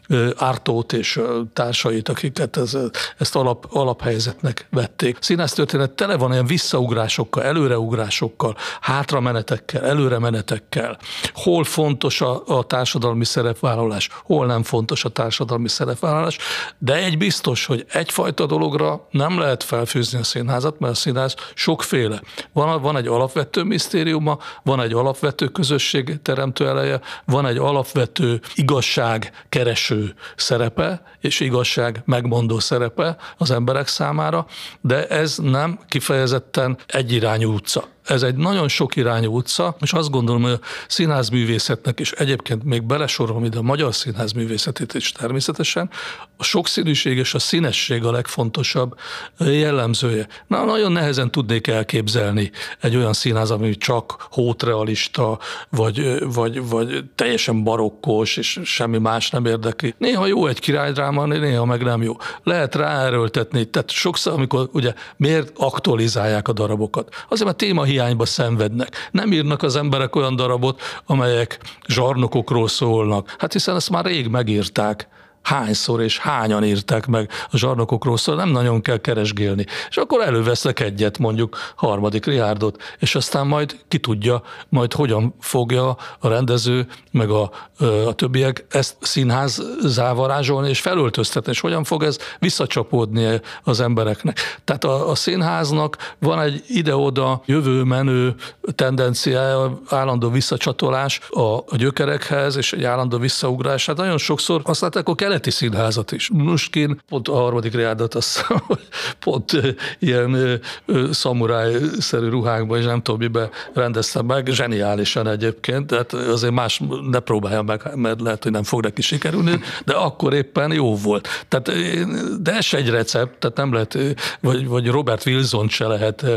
Artaud és társait, akiket ez, ezt alap, alaphelyzetnek vették. Színháztörténet tele van ilyen visszaugrásokkal, előreugrásokkal, hátramenetekkel, előremenetekkel. Hol fontos a, a társadalmi szerepvállalás, hol nem fontos a társadalmi szerepvállalás, de egy biztos, hogy egyfajta dologra nem lehet felfűzni a színházat, mert a színház sokféle. Van, van egy alapvető misztériuma, van egy alapvető közösség teremtő eleje, van egy alapvető igazságkereső szerepe, és igazság megmondó szerepe az emberek számára, de ez nem kifejezetten egyirányú utca. Ez egy nagyon sok irányú utca, és azt gondolom, hogy a színházművészetnek, és egyébként még belesorolom ide a magyar színházművészetét is természetesen, a sokszínűség és a színesség a legfontosabb jellemzője. Na, nagyon nehezen tudnék elképzelni egy olyan színház, ami csak hótrealista, vagy, vagy, vagy teljesen barokkos, és semmi más nem érdekli. Néha jó egy királydráma, néha meg nem jó. Lehet ráerőltetni, tehát sokszor, amikor ugye miért aktualizálják a darabokat? Azért, mert téma hiányba szenvednek. Nem írnak az emberek olyan darabot, amelyek zsarnokokról szólnak. Hát hiszen ezt már rég megírták. Hányszor és hányan írták meg a zsarnokokról, szóval nem nagyon kell keresgélni. És akkor előveszek egyet, mondjuk harmadik Richárdot, és aztán majd ki tudja, majd hogyan fogja a rendező, meg a, a többiek ezt színházzá varázsolni és felöltöztetni, és hogyan fog ez visszacsapódni az embereknek. Tehát a, a színháznak van egy ide-oda jövő menő tendenciája, állandó visszacsatolás a, a gyökerekhez, és egy állandó visszaugrás. Hát nagyon sokszor azt látják, akkor keleti színházat is. Muskin, pont a harmadik Richárdot, azt pont ilyen szamuráj-szerű ruhákban, és nem tudom, miben rendezte meg, zseniálisan egyébként, tehát azért más ne próbálja meg, mert lehet, hogy nem fog neki sikerülni, de akkor éppen jó volt. Tehát, de ez se egy recept, tehát nem lehet, vagy, vagy Robert Wilson se lehet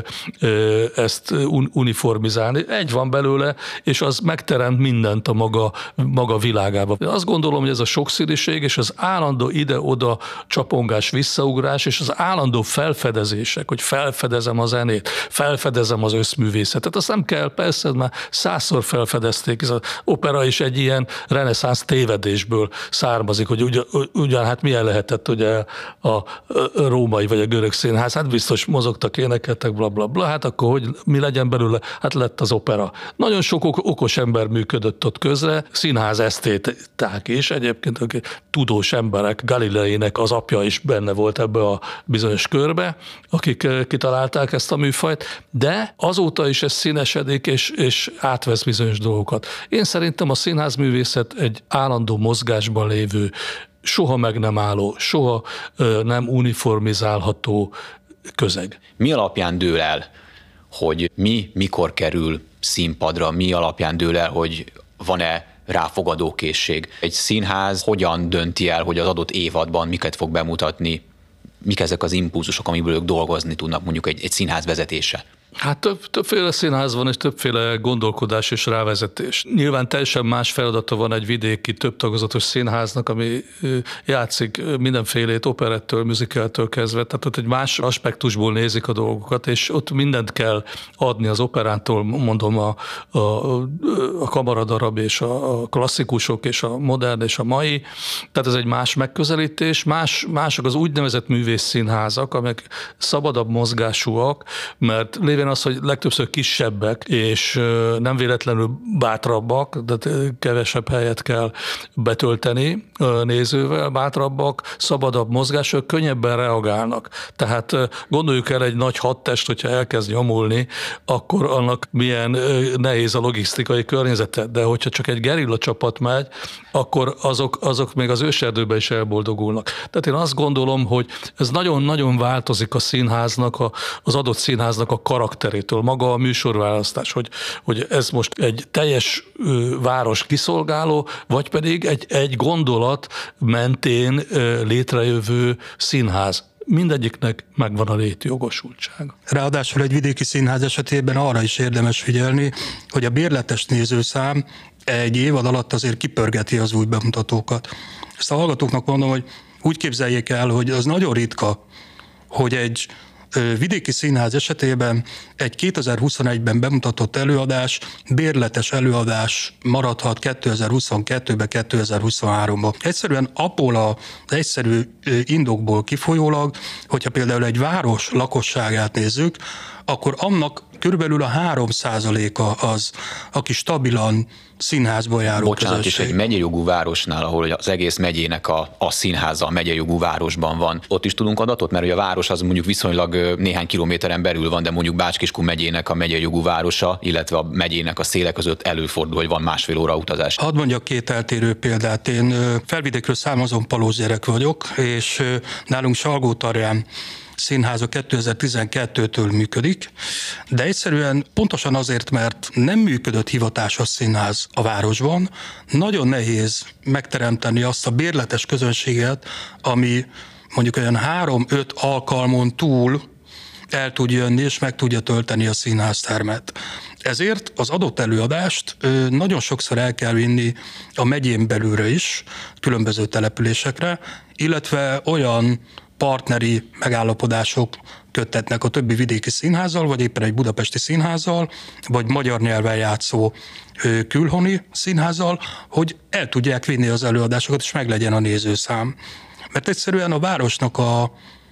ezt uniformizálni. Egy van belőle, és az megteremt mindent a maga, maga világába. Azt gondolom, hogy ez a sokszínűség, és az állandó ide-oda csapongás, visszaugrás, és az állandó felfedezések, hogy felfedezem a zenét, felfedezem az összművészetet. Azt nem kell, persze, már százszor felfedezték, ez az opera is egy ilyen reneszánsz tévedésből származik, hogy ugyan, ugyan hát milyen lehetett ugye a római vagy a görög színház, hát biztos mozogtak, énekeltek, bla, bla, bla, hát akkor hogy mi legyen belőle? Hát lett az opera. Nagyon sok okos ember működött ott közre, színház esztéták is, egyébként tudós emberek, Galileinek az apja is benne volt ebbe a bizonyos körbe, akik kitalálták ezt a műfajt, de azóta is ez színesedik, és, és átvesz bizonyos dolgokat. Én szerintem a színházművészet egy állandó mozgásban lévő, soha meg nem álló, soha nem uniformizálható közeg. Mi alapján dől el, hogy mi mikor kerül színpadra, mi alapján dől el, hogy van-e ráfogadókészség? Egy színház hogyan dönti el, hogy az adott évadban miket fog bemutatni, mik ezek az impulzusok, amiből ők dolgozni tudnak, mondjuk egy, egy színház vezetése? Hát több, többféle színház van, és többféle gondolkodás és rávezetés. Nyilván teljesen más feladata van egy vidéki, több tagozatos színháznak, ami játszik mindenfélét, operettől, musicaltől kezdve, tehát ott egy más aspektusból nézik a dolgokat, és ott mindent kell adni az operától, mondom, a, a, a kamaradarab és a, a klasszikusok és a modern és a mai, tehát ez egy más megközelítés, más, mások az úgynevezett művészszínházak, amelyek szabadabb mozgásúak, mert lévén az, hogy legtöbbször kisebbek, és nem véletlenül bátrabbak, de kevesebb helyet kell betölteni nézővel, bátrabbak, szabadabb mozgások, könnyebben reagálnak. Tehát gondoljuk el egy nagy hadtest, hogyha elkezd nyomulni, akkor annak milyen nehéz a logisztikai környezete, de hogyha csak egy gerilla csapat megy, akkor azok, azok még az őserdőben is elboldogulnak. Tehát én azt gondolom, hogy ez nagyon-nagyon változik a színháznak, az adott színháznak a karakterétől, maga a műsorválasztás, hogy, hogy ez most egy teljes város kiszolgáló, vagy pedig egy, egy gondolat mentén létrejövő színház. Mindegyiknek megvan a létjogosultsága. Ráadásul egy vidéki színház esetében arra is érdemes figyelni, hogy a bérletes nézőszám egy évad alatt azért kipörgeti az új bemutatókat. Ezt a hallgatóknak mondom, hogy úgy képzeljék el, hogy az nagyon ritka, hogy egy vidéki színház esetében egy kétezer-huszonegyben bemutatott előadás, bérletes előadás maradhat kétezer-huszonkettőben, kétezer-huszonháromban. Egyszerűen abból az egyszerű indokból kifolyólag, hogyha például egy város lakosságát nézzük, akkor annak körülbelül a három százaléka az, aki stabilan színházba járó Bocsánat, közösség. és egy megyejogú városnál, ahol az egész megyének a, a színháza a megyejogú városban van, ott is tudunk adatot, mert ugye a város az mondjuk viszonylag néhány kilométeren belül van, de mondjuk Bács-Kiskun megyének a megyejogú városa, illetve a megyének a széle között előfordul, hogy van másfél óra utazás. Hadd mondjak két eltérő példát. Én Felvidékről származom, palózgyerek vagyok, és nálunk Salgótarján színháza kétezer-tizenkettőtől működik, de egyszerűen pontosan azért, mert nem működött hivatásos színház a városban, nagyon nehéz megteremteni azt a bérletes közönséget, ami mondjuk olyan három-öt alkalmon túl el tud jönni és meg tudja tölteni a színháztermet. Ezért az adott előadást nagyon sokszor el kell vinni a megyén belülre is, különböző településekre, illetve olyan partneri megállapodások köttetnek a többi vidéki színházzal, vagy éppen egy budapesti színházzal, vagy magyar nyelven játszó külhoni színházzal, hogy el tudják vinni az előadásokat, és meglegyen a nézőszám. Mert egyszerűen a városnak a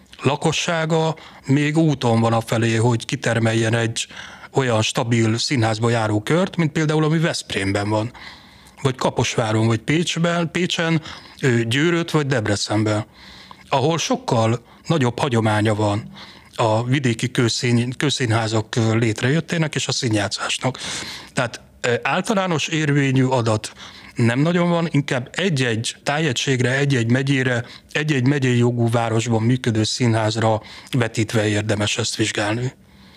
lakossága még úton van afelé, hogy kitermeljen egy olyan stabil színházba járó kört, mint például ami Veszprémben van, vagy Kaposváron, vagy Pécsben, Pécsen, Győrött, vagy Debrecenben, ahol sokkal nagyobb hagyománya van a vidéki kőszín, kőszínházak létrejöttének és a színjátszásnak. Tehát általános érvényű adat nem nagyon van, inkább egy-egy tájegységre, egy-egy megyére, egy-egy megyei jogú városban működő színházra vetítve érdemes ezt vizsgálni.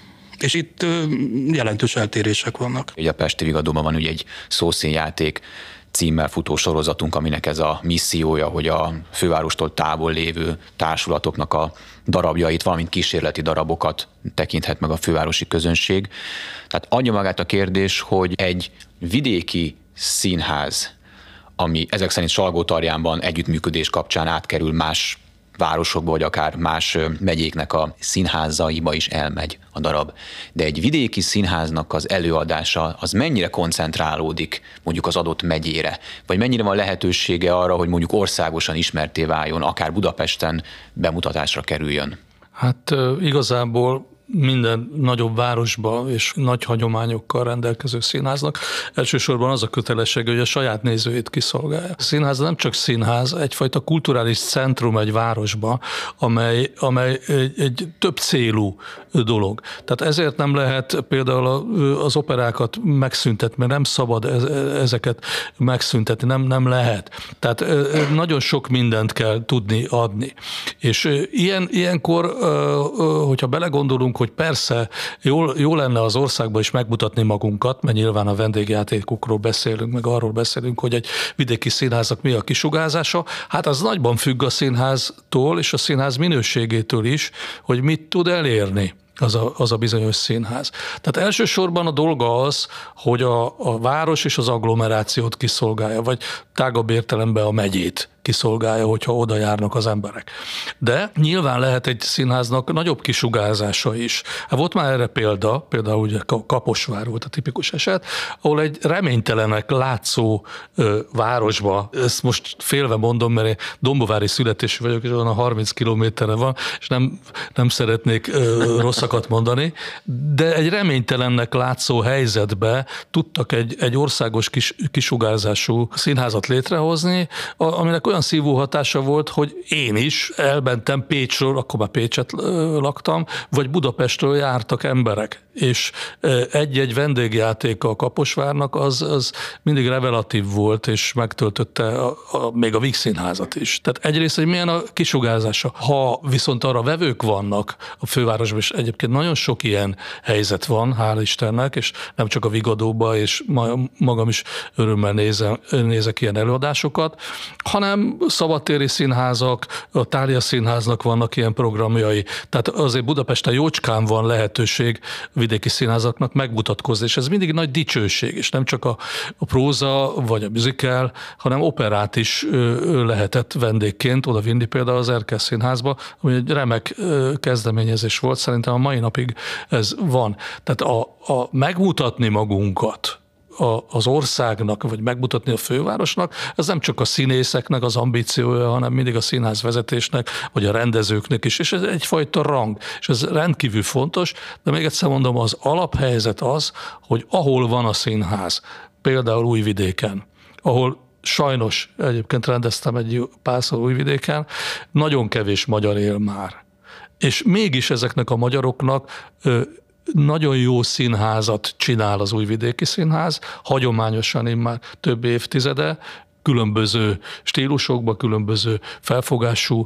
És itt jelentős eltérések vannak. Ugye a Pesti Vigadóban van ugye egy szószínjáték címmel futó sorozatunk, aminek ez a missziója, hogy a fővárostól távol lévő társulatoknak a darabjait, valamint kísérleti darabokat tekinthet meg a fővárosi közönség. Tehát adja magát a kérdés, hogy egy vidéki színház, ami ezek szerint Salgótarjánban együttműködés kapcsán átkerül más városokba, vagy akár más megyéknek a színházaiba is elmegy a darab. De egy vidéki színháznak az előadása az mennyire koncentrálódik mondjuk az adott megyére? Vagy mennyire van lehetősége arra, hogy mondjuk országosan ismertté váljon, akár Budapesten bemutatásra kerüljön? Hát igazából minden nagyobb városban és nagy hagyományokkal rendelkező színháznak elsősorban az a kötelessége, hogy a saját nézőit kiszolgálja. A színház nem csak színház, egyfajta kulturális centrum egy városban, amely, amely egy, egy több célú dolog. Tehát ezért nem lehet például az operákat megszüntetni, mert nem szabad ezeket megszüntetni, nem, nem lehet. Tehát nagyon sok mindent kell tudni adni. És ilyen, ilyenkor, hogyha belegondolunk, hogy persze jó, jó lenne az országban is megmutatni magunkat, mert nyilván a vendégjátékokról beszélünk, meg arról beszélünk, hogy egy vidéki színháznak mi a kisugárzása. Hát az nagyban függ a színháztól és a színház minőségétől is, hogy mit tud elérni az a, az a bizonyos színház. Tehát elsősorban a dolga az, hogy a, a város és az agglomerációt kiszolgálja, vagy tágabb értelemben a megyét kiszolgálja, hogyha oda járnak az emberek. De nyilván lehet egy színháznak nagyobb kisugárzása is. Hát volt már erre példa, például ugye Kaposvár volt a tipikus eset, ahol egy reménytelenek látszó ö, városba, ezt most félve mondom, mert én dombovári születésű vagyok, és olyan a harminc kilométerre van, és nem, nem szeretnék ö, rosszakat mondani, de egy reménytelennek látszó helyzetbe tudtak egy, egy országos kis, kisugárzású színházat létrehozni, aminek olyan szívó hatása volt, hogy én is elmentem Pécsről, akkor már Pécset laktam, vagy Budapestről jártak emberek, és egy-egy vendégjáték a Kaposvárnak az, az mindig revelatív volt, és megtöltötte a, a, még a Víg Színházat is. Tehát egyrészt, hogy milyen a kisugárzása. Ha viszont arra vevők vannak a fővárosban, és egyébként nagyon sok ilyen helyzet van, hál' Istennek, és nem csak a Vigadóban, és magam is örömmel nézem, nézek ilyen előadásokat, hanem szabadtéri színházak, a Thália Színháznak vannak ilyen programjai. Tehát azért Budapesten jócskán van lehetőség vidéki színházaknak megmutatkozni, és ez mindig nagy dicsőség, és nem csak a, a próza vagy a musical, hanem operát is lehetett vendégként odavinni például az Erkel Színházba, ami egy remek kezdeményezés volt, szerintem a mai napig ez van. Tehát a, a megmutatni magunkat az országnak, vagy megmutatni a fővárosnak, ez nem csak a színészeknek az ambíciója, hanem mindig a színházvezetésnek, vagy a rendezőknek is, és ez egyfajta rang, és ez rendkívül fontos, de még egyszer mondom, az alaphelyzet az, hogy ahol van a színház, például Újvidéken, ahol sajnos egyébként rendeztem egy párszor Újvidéken, nagyon kevés magyar él már. És mégis ezeknek a magyaroknak nagyon jó színházat csinál az Újvidéki Színház, hagyományosan immár több évtizede, különböző stílusokban, különböző felfogású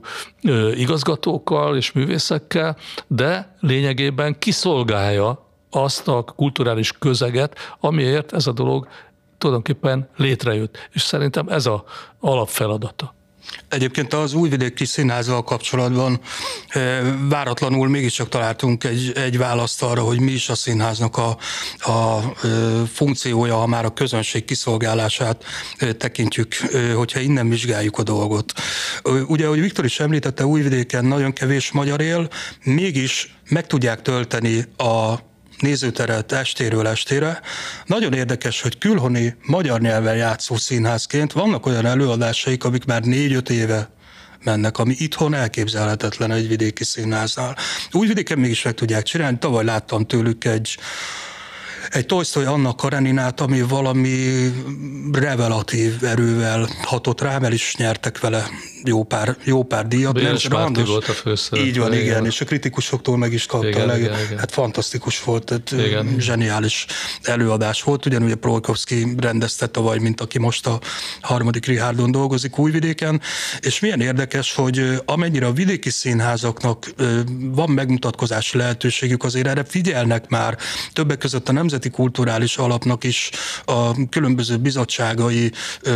igazgatókkal és művészekkel, de lényegében kiszolgálja azt a kulturális közeget, amiért ez a dolog tulajdonképpen létrejött. És szerintem ez az alapfeladata. Egyébként az Újvidéki Színházzal kapcsolatban váratlanul mégiscsak találtunk egy, egy választ arra, hogy mi is a színháznak a, a funkciója, ha már a közönség kiszolgálását tekintjük, hogyha innen vizsgáljuk a dolgot. Ugye, ahogy Viktor is említette, Újvidéken nagyon kevés magyar él, mégis meg tudják tölteni a nézőteret estéről estére. Nagyon érdekes, hogy külhoni magyar nyelven játszó színházként vannak olyan előadásaik, amik már négy-öt éve mennek, ami itthon elképzelhetetlen egy vidéki színháznál. Újvidéken mégis meg tudják csinálni. Tavaly láttam tőlük egy Egy Tolsztoj Anna Kareninát, ami valami revelatív erővel hatott rám, el is nyertek vele jó pár, jó pár díjat. Béles Márti volt a főszereplő. Így van, igen, igen, és a kritikusoktól meg is kapta. Igen, igen, igen. Hát fantasztikus volt, tehát igen, zseniális előadás volt. Ugyanúgy Projkovszky rendezte tavaly, mint aki most a harmadik Richardon dolgozik Újvidéken, és milyen érdekes, hogy amennyire a vidéki színházaknak van megmutatkozási lehetőségük, azért erre figyelnek már, többek között a Nemzeti Kulturális Alapnak is a különböző bizottságai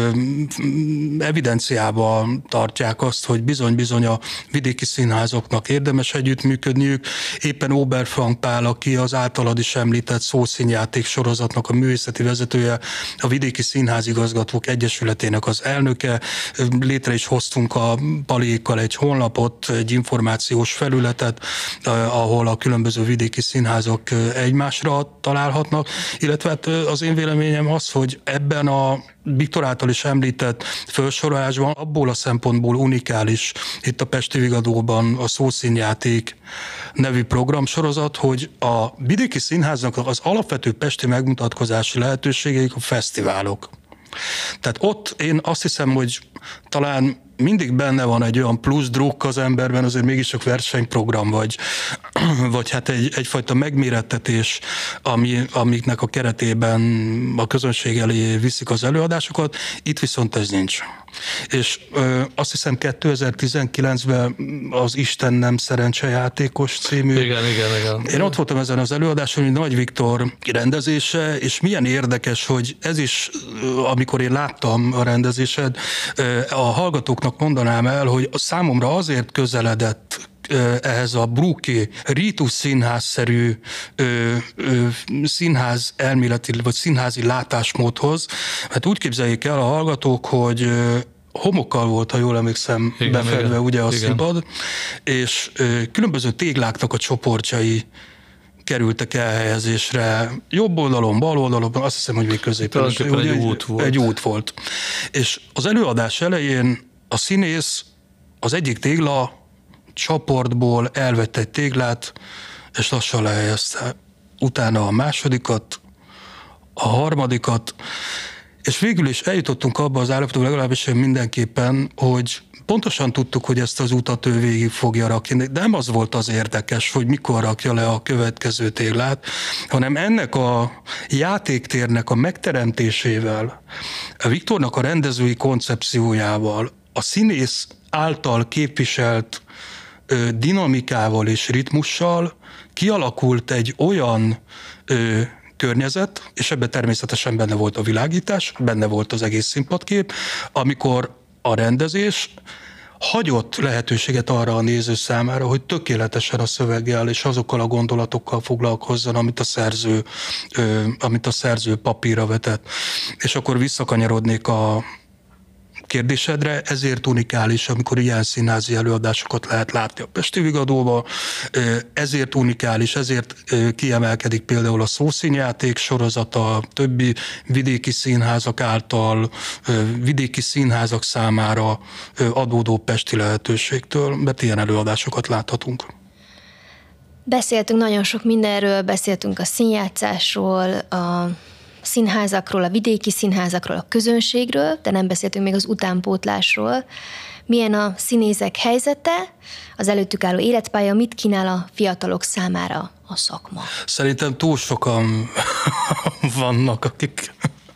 evidenciába tartják azt, hogy bizony-bizony a vidéki színházaknak érdemes együttműködniük. Éppen Oberfrank Pál, aki az általad is említett szószínjáték sorozatnak a művészeti vezetője, a Vidéki Színházigazgatók Egyesületének az elnöke. Létre is hoztunk a Palékkal egy honlapot, egy információs felületet, ahol a különböző vidéki színházak egymásra találhatnak, illetve hát az én véleményem az, hogy ebben a Viktor által is említett felsorolásban abból a szempontból unikális itt a Pesti Vigadóban a Szószínjáték nevű programsorozat, hogy a vidéki színháznak az alapvető pesti megmutatkozási lehetőségeik a fesztiválok. Tehát ott én azt hiszem, hogy talán mindig benne van egy olyan plusz druk az emberben, azért mégis csak versenyprogram, vagy, vagy hát egy, egyfajta megmérettetés, ami, amiknek a keretében a közönség elé viszik az előadásokat, itt viszont ez nincs. És ö, azt hiszem kétezer-tizenkilencben az Isten nem szerencsejátékos című. Igen, igen, igen. Én ott voltam ezen az előadáson, hogy Nagy Viktor rendezése, és milyen érdekes, hogy ez is, amikor én láttam a rendezésed, a hallgatóknak mondanám el, hogy számomra azért közeledett ehhez a Brooke rítus színházszerű ö, ö, színház elméleti, vagy színházi látásmódhoz. Hát úgy képzeljék el a hallgatók, hogy ö, homokkal volt, ha jól emlékszem, igen, befedve igen, ugye a igen. színpad, és ö, különböző tégláknak a csoportjai kerültek elhelyezésre, jobb oldalon, bal oldalon, azt hiszem, hogy még középen. Egy, egy út volt. Egy út volt. És az előadás elején a színész az egyik tégla csoportból elvette egy téglát, és lassan lehelyezte. Utána a másodikat, a harmadikat, és végül is eljutottunk abba az állapotba, legalábbis mindenképpen, hogy pontosan tudtuk, hogy ezt az utat ő végig fogja rakni, de nem az volt az érdekes, hogy mikor rakja le a következő téglát, hanem ennek a játéktérnek a megteremtésével, a Viktornak a rendezői koncepciójával, a színész által képviselt ö, dinamikával és ritmussal kialakult egy olyan ö, környezet, és ebben természetesen benne volt a világítás, benne volt az egész színpadkép, amikor a rendezés hagyott lehetőséget arra a néző számára, hogy tökéletesen a szöveggel és azokkal a gondolatokkal foglalkozzon, amit a szerző, ö, amit a szerző papírra vetett. És akkor visszakanyarodnék a kérdésedre, ezért unikális, amikor ilyen színházi előadásokat lehet látni a Pesti Vigadóban, ezért unikális, ezért kiemelkedik például a Szószínjáték sorozata, a többi vidéki színházak által, vidéki színházak számára adódó pesti lehetőségtől, mert ilyen előadásokat láthatunk. Beszéltünk nagyon sok mindenről, beszéltünk a színjátszásról, a színházakról, a vidéki színházakról, a közönségről, de nem beszéltünk még az utánpótlásról. Milyen a színészek helyzete, az előttük álló életpálya, mit kínál a fiatalok számára a szakma? Szerintem túl sokan vannak, akik,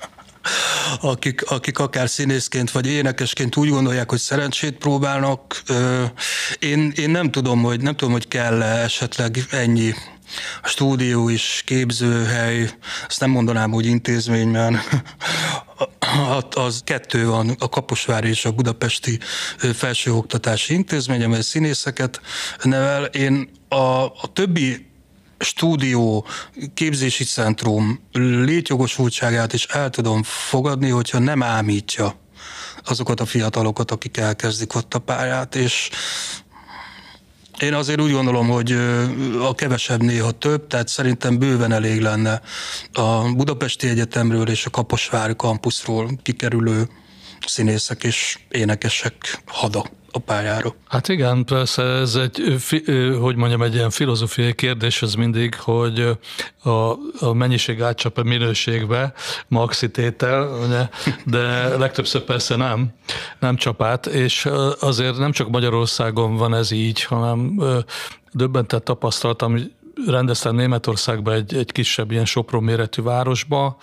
akik, akik akár színészként vagy énekesként úgy gondolják, hogy szerencsét próbálnak. Én, én nem tudom, hogy, nem tudom, hogy kell esetleg ennyi a stúdió is, képzőhely, azt nem mondanám, hogy intézmény, mert az kettő van, a Kaposvári és a Budapesti Felsőoktatási Intézmény, amely színészeket nevel. Én a, a többi stúdió, képzési centrum létjogosultságát is el tudom fogadni, hogyha nem ámítja azokat a fiatalokat, akik elkezdik ott a pályát, és én azért úgy gondolom, hogy a kevesebb néha több, tehát szerintem bőven elég lenne a Budapesti Egyetemről és a Kaposvári kampuszról kikerülő színészek és énekesek hada a pályára. Hát igen, persze ez egy, hogy mondjam, egy ilyen filozófiai kérdés az mindig, hogy a, a mennyiség átcsap a minőségbe, maxitétel, ugye, de legtöbbször persze nem, nem csap át, és azért nem csak Magyarországon van ez így, hanem döbbentett tapasztalatom, rendeztem Németországban egy, egy kisebb ilyen Sopron méretű városba,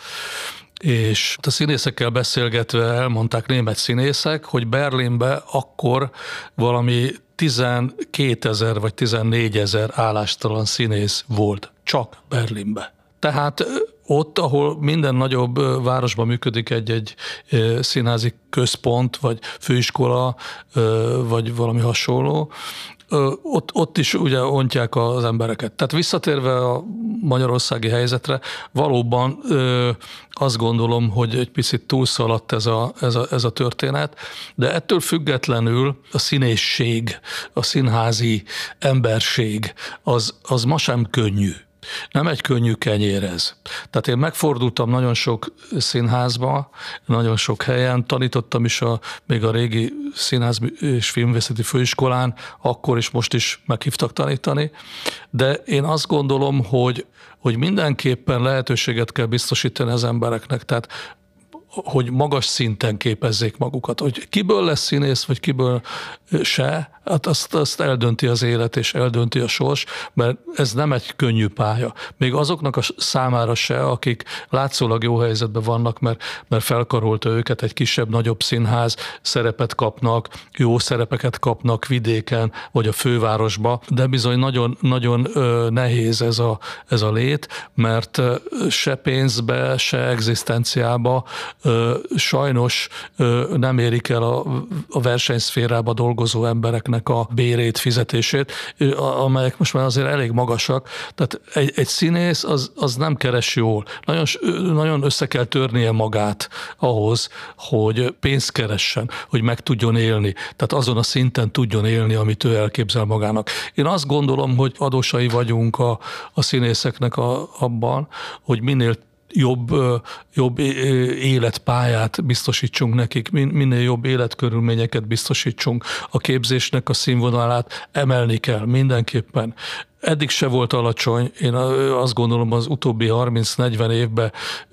és a színészekkel beszélgetve elmondták német színészek, hogy Berlinbe akkor valami tizenkétezer vagy tizennégyezer állástalan színész volt, csak Berlinbe. Tehát ott, ahol minden nagyobb városban működik egy-egy színházi központ, vagy főiskola, vagy valami hasonló, Ott, ott is ugye ontják az embereket. Tehát visszatérve a magyarországi helyzetre, valóban ö, azt gondolom, hogy egy picit túlszaladt ez a, ez, a, ez a történet, de ettől függetlenül a színészség, a színházi emberség az, az ma sem könnyű. Nem egy könnyű kenyér ez. Tehát én megfordultam nagyon sok színházba, nagyon sok helyen, tanítottam is a, még a régi Színház és Filmvészeti Főiskolán, akkor is, most is meghívtak tanítani, de én azt gondolom, hogy, hogy mindenképpen lehetőséget kell biztosítani az embereknek, tehát hogy magas szinten képezzék magukat. Hogy kiből lesz színész, vagy kiből se, hát azt, azt eldönti az élet, és eldönti a sors, mert ez nem egy könnyű pálya. Még azoknak a számára se, akik látszólag jó helyzetben vannak, mert, mert felkarolta őket egy kisebb, nagyobb színház, szerepet kapnak, jó szerepeket kapnak vidéken, vagy a fővárosba, de bizony nagyon, nagyon nehéz ez a, ez a lét, mert se pénzbe, se egzisztenciába sajnos nem érik el a, a versenyszférába dolgozó embereknek a bérét, fizetését, amelyek most már azért elég magasak. Tehát egy, egy színész az, az nem keres jól. Nagyon, nagyon össze kell törnie magát ahhoz, hogy pénzt keressen, hogy meg tudjon élni. Tehát azon a szinten tudjon élni, amit ő elképzel magának. Én azt gondolom, hogy adósai vagyunk a, a színészeknek a, abban, hogy minél jobb, jobb életpályát biztosítsunk nekik, minél jobb életkörülményeket biztosítsunk, a képzésnek a színvonalát emelni kell mindenképpen. Eddig se volt alacsony, én azt gondolom az utóbbi harminc-negyven évben,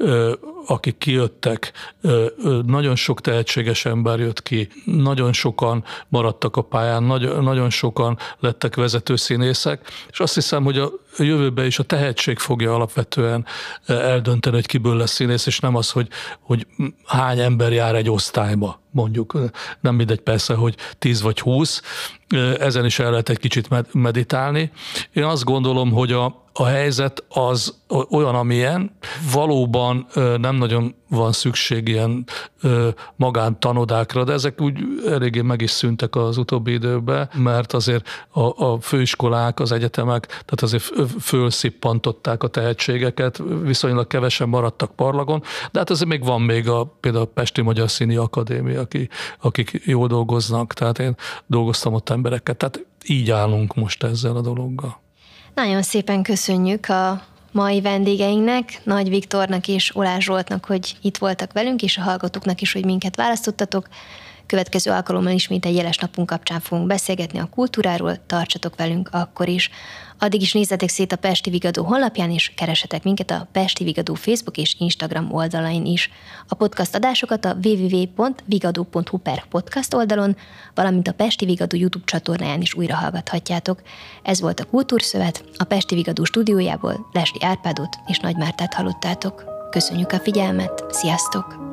akik kijöttek, nagyon sok tehetséges ember jött ki, nagyon sokan maradtak a pályán, nagyon sokan lettek vezető színészek, és azt hiszem, hogy a jövőben is a tehetség fogja alapvetően eldönteni, hogy kiből lesz színész, és nem az, hogy, hogy hány ember jár egy osztályba, mondjuk. Nem mindegy persze, hogy tíz vagy húsz, ezen is el lehet egy kicsit meditálni. Én azt gondolom, hogy a, a helyzet az olyan, amilyen, valóban nem nagyon van szükség ilyen magántanodákra, de ezek úgy eléggé meg is szűntek az utóbbi időben, mert azért a, a főiskolák, az egyetemek, tehát azért fölszippantották a tehetségeket, viszonylag kevesen maradtak parlagon, de hát azért még van még a, például a Pesti Magyar Színi Akadémia, aki, akik jól dolgoznak, tehát én dolgoztam ott embereket, tehát így állunk most ezzel a dologgal. Nagyon szépen köszönjük a mai vendégeinknek, Nagy Viktornak és Oláh Zsoltnak, hogy itt voltak velünk, és a hallgatóknak is, hogy minket választottatok. Következő alkalommal ismét egy jeles napunk kapcsán fogunk beszélgetni a kultúráról, tartsatok velünk akkor is. Addig is nézzetek szét a Pesti Vigadó honlapján, és keressetek minket a Pesti Vigadó Facebook és Instagram oldalain is. A podcast adásokat a double-u double-u double-u pont vigadó pont hu per podcast oldalon, valamint a Pesti Vigadó YouTube csatornáján is újra hallgathatjátok. Ez volt a Kultúrszövet, a Pesti Vigadó stúdiójából Leslie Árpádot és Nagy Mártát hallottátok. Köszönjük a figyelmet, sziasztok!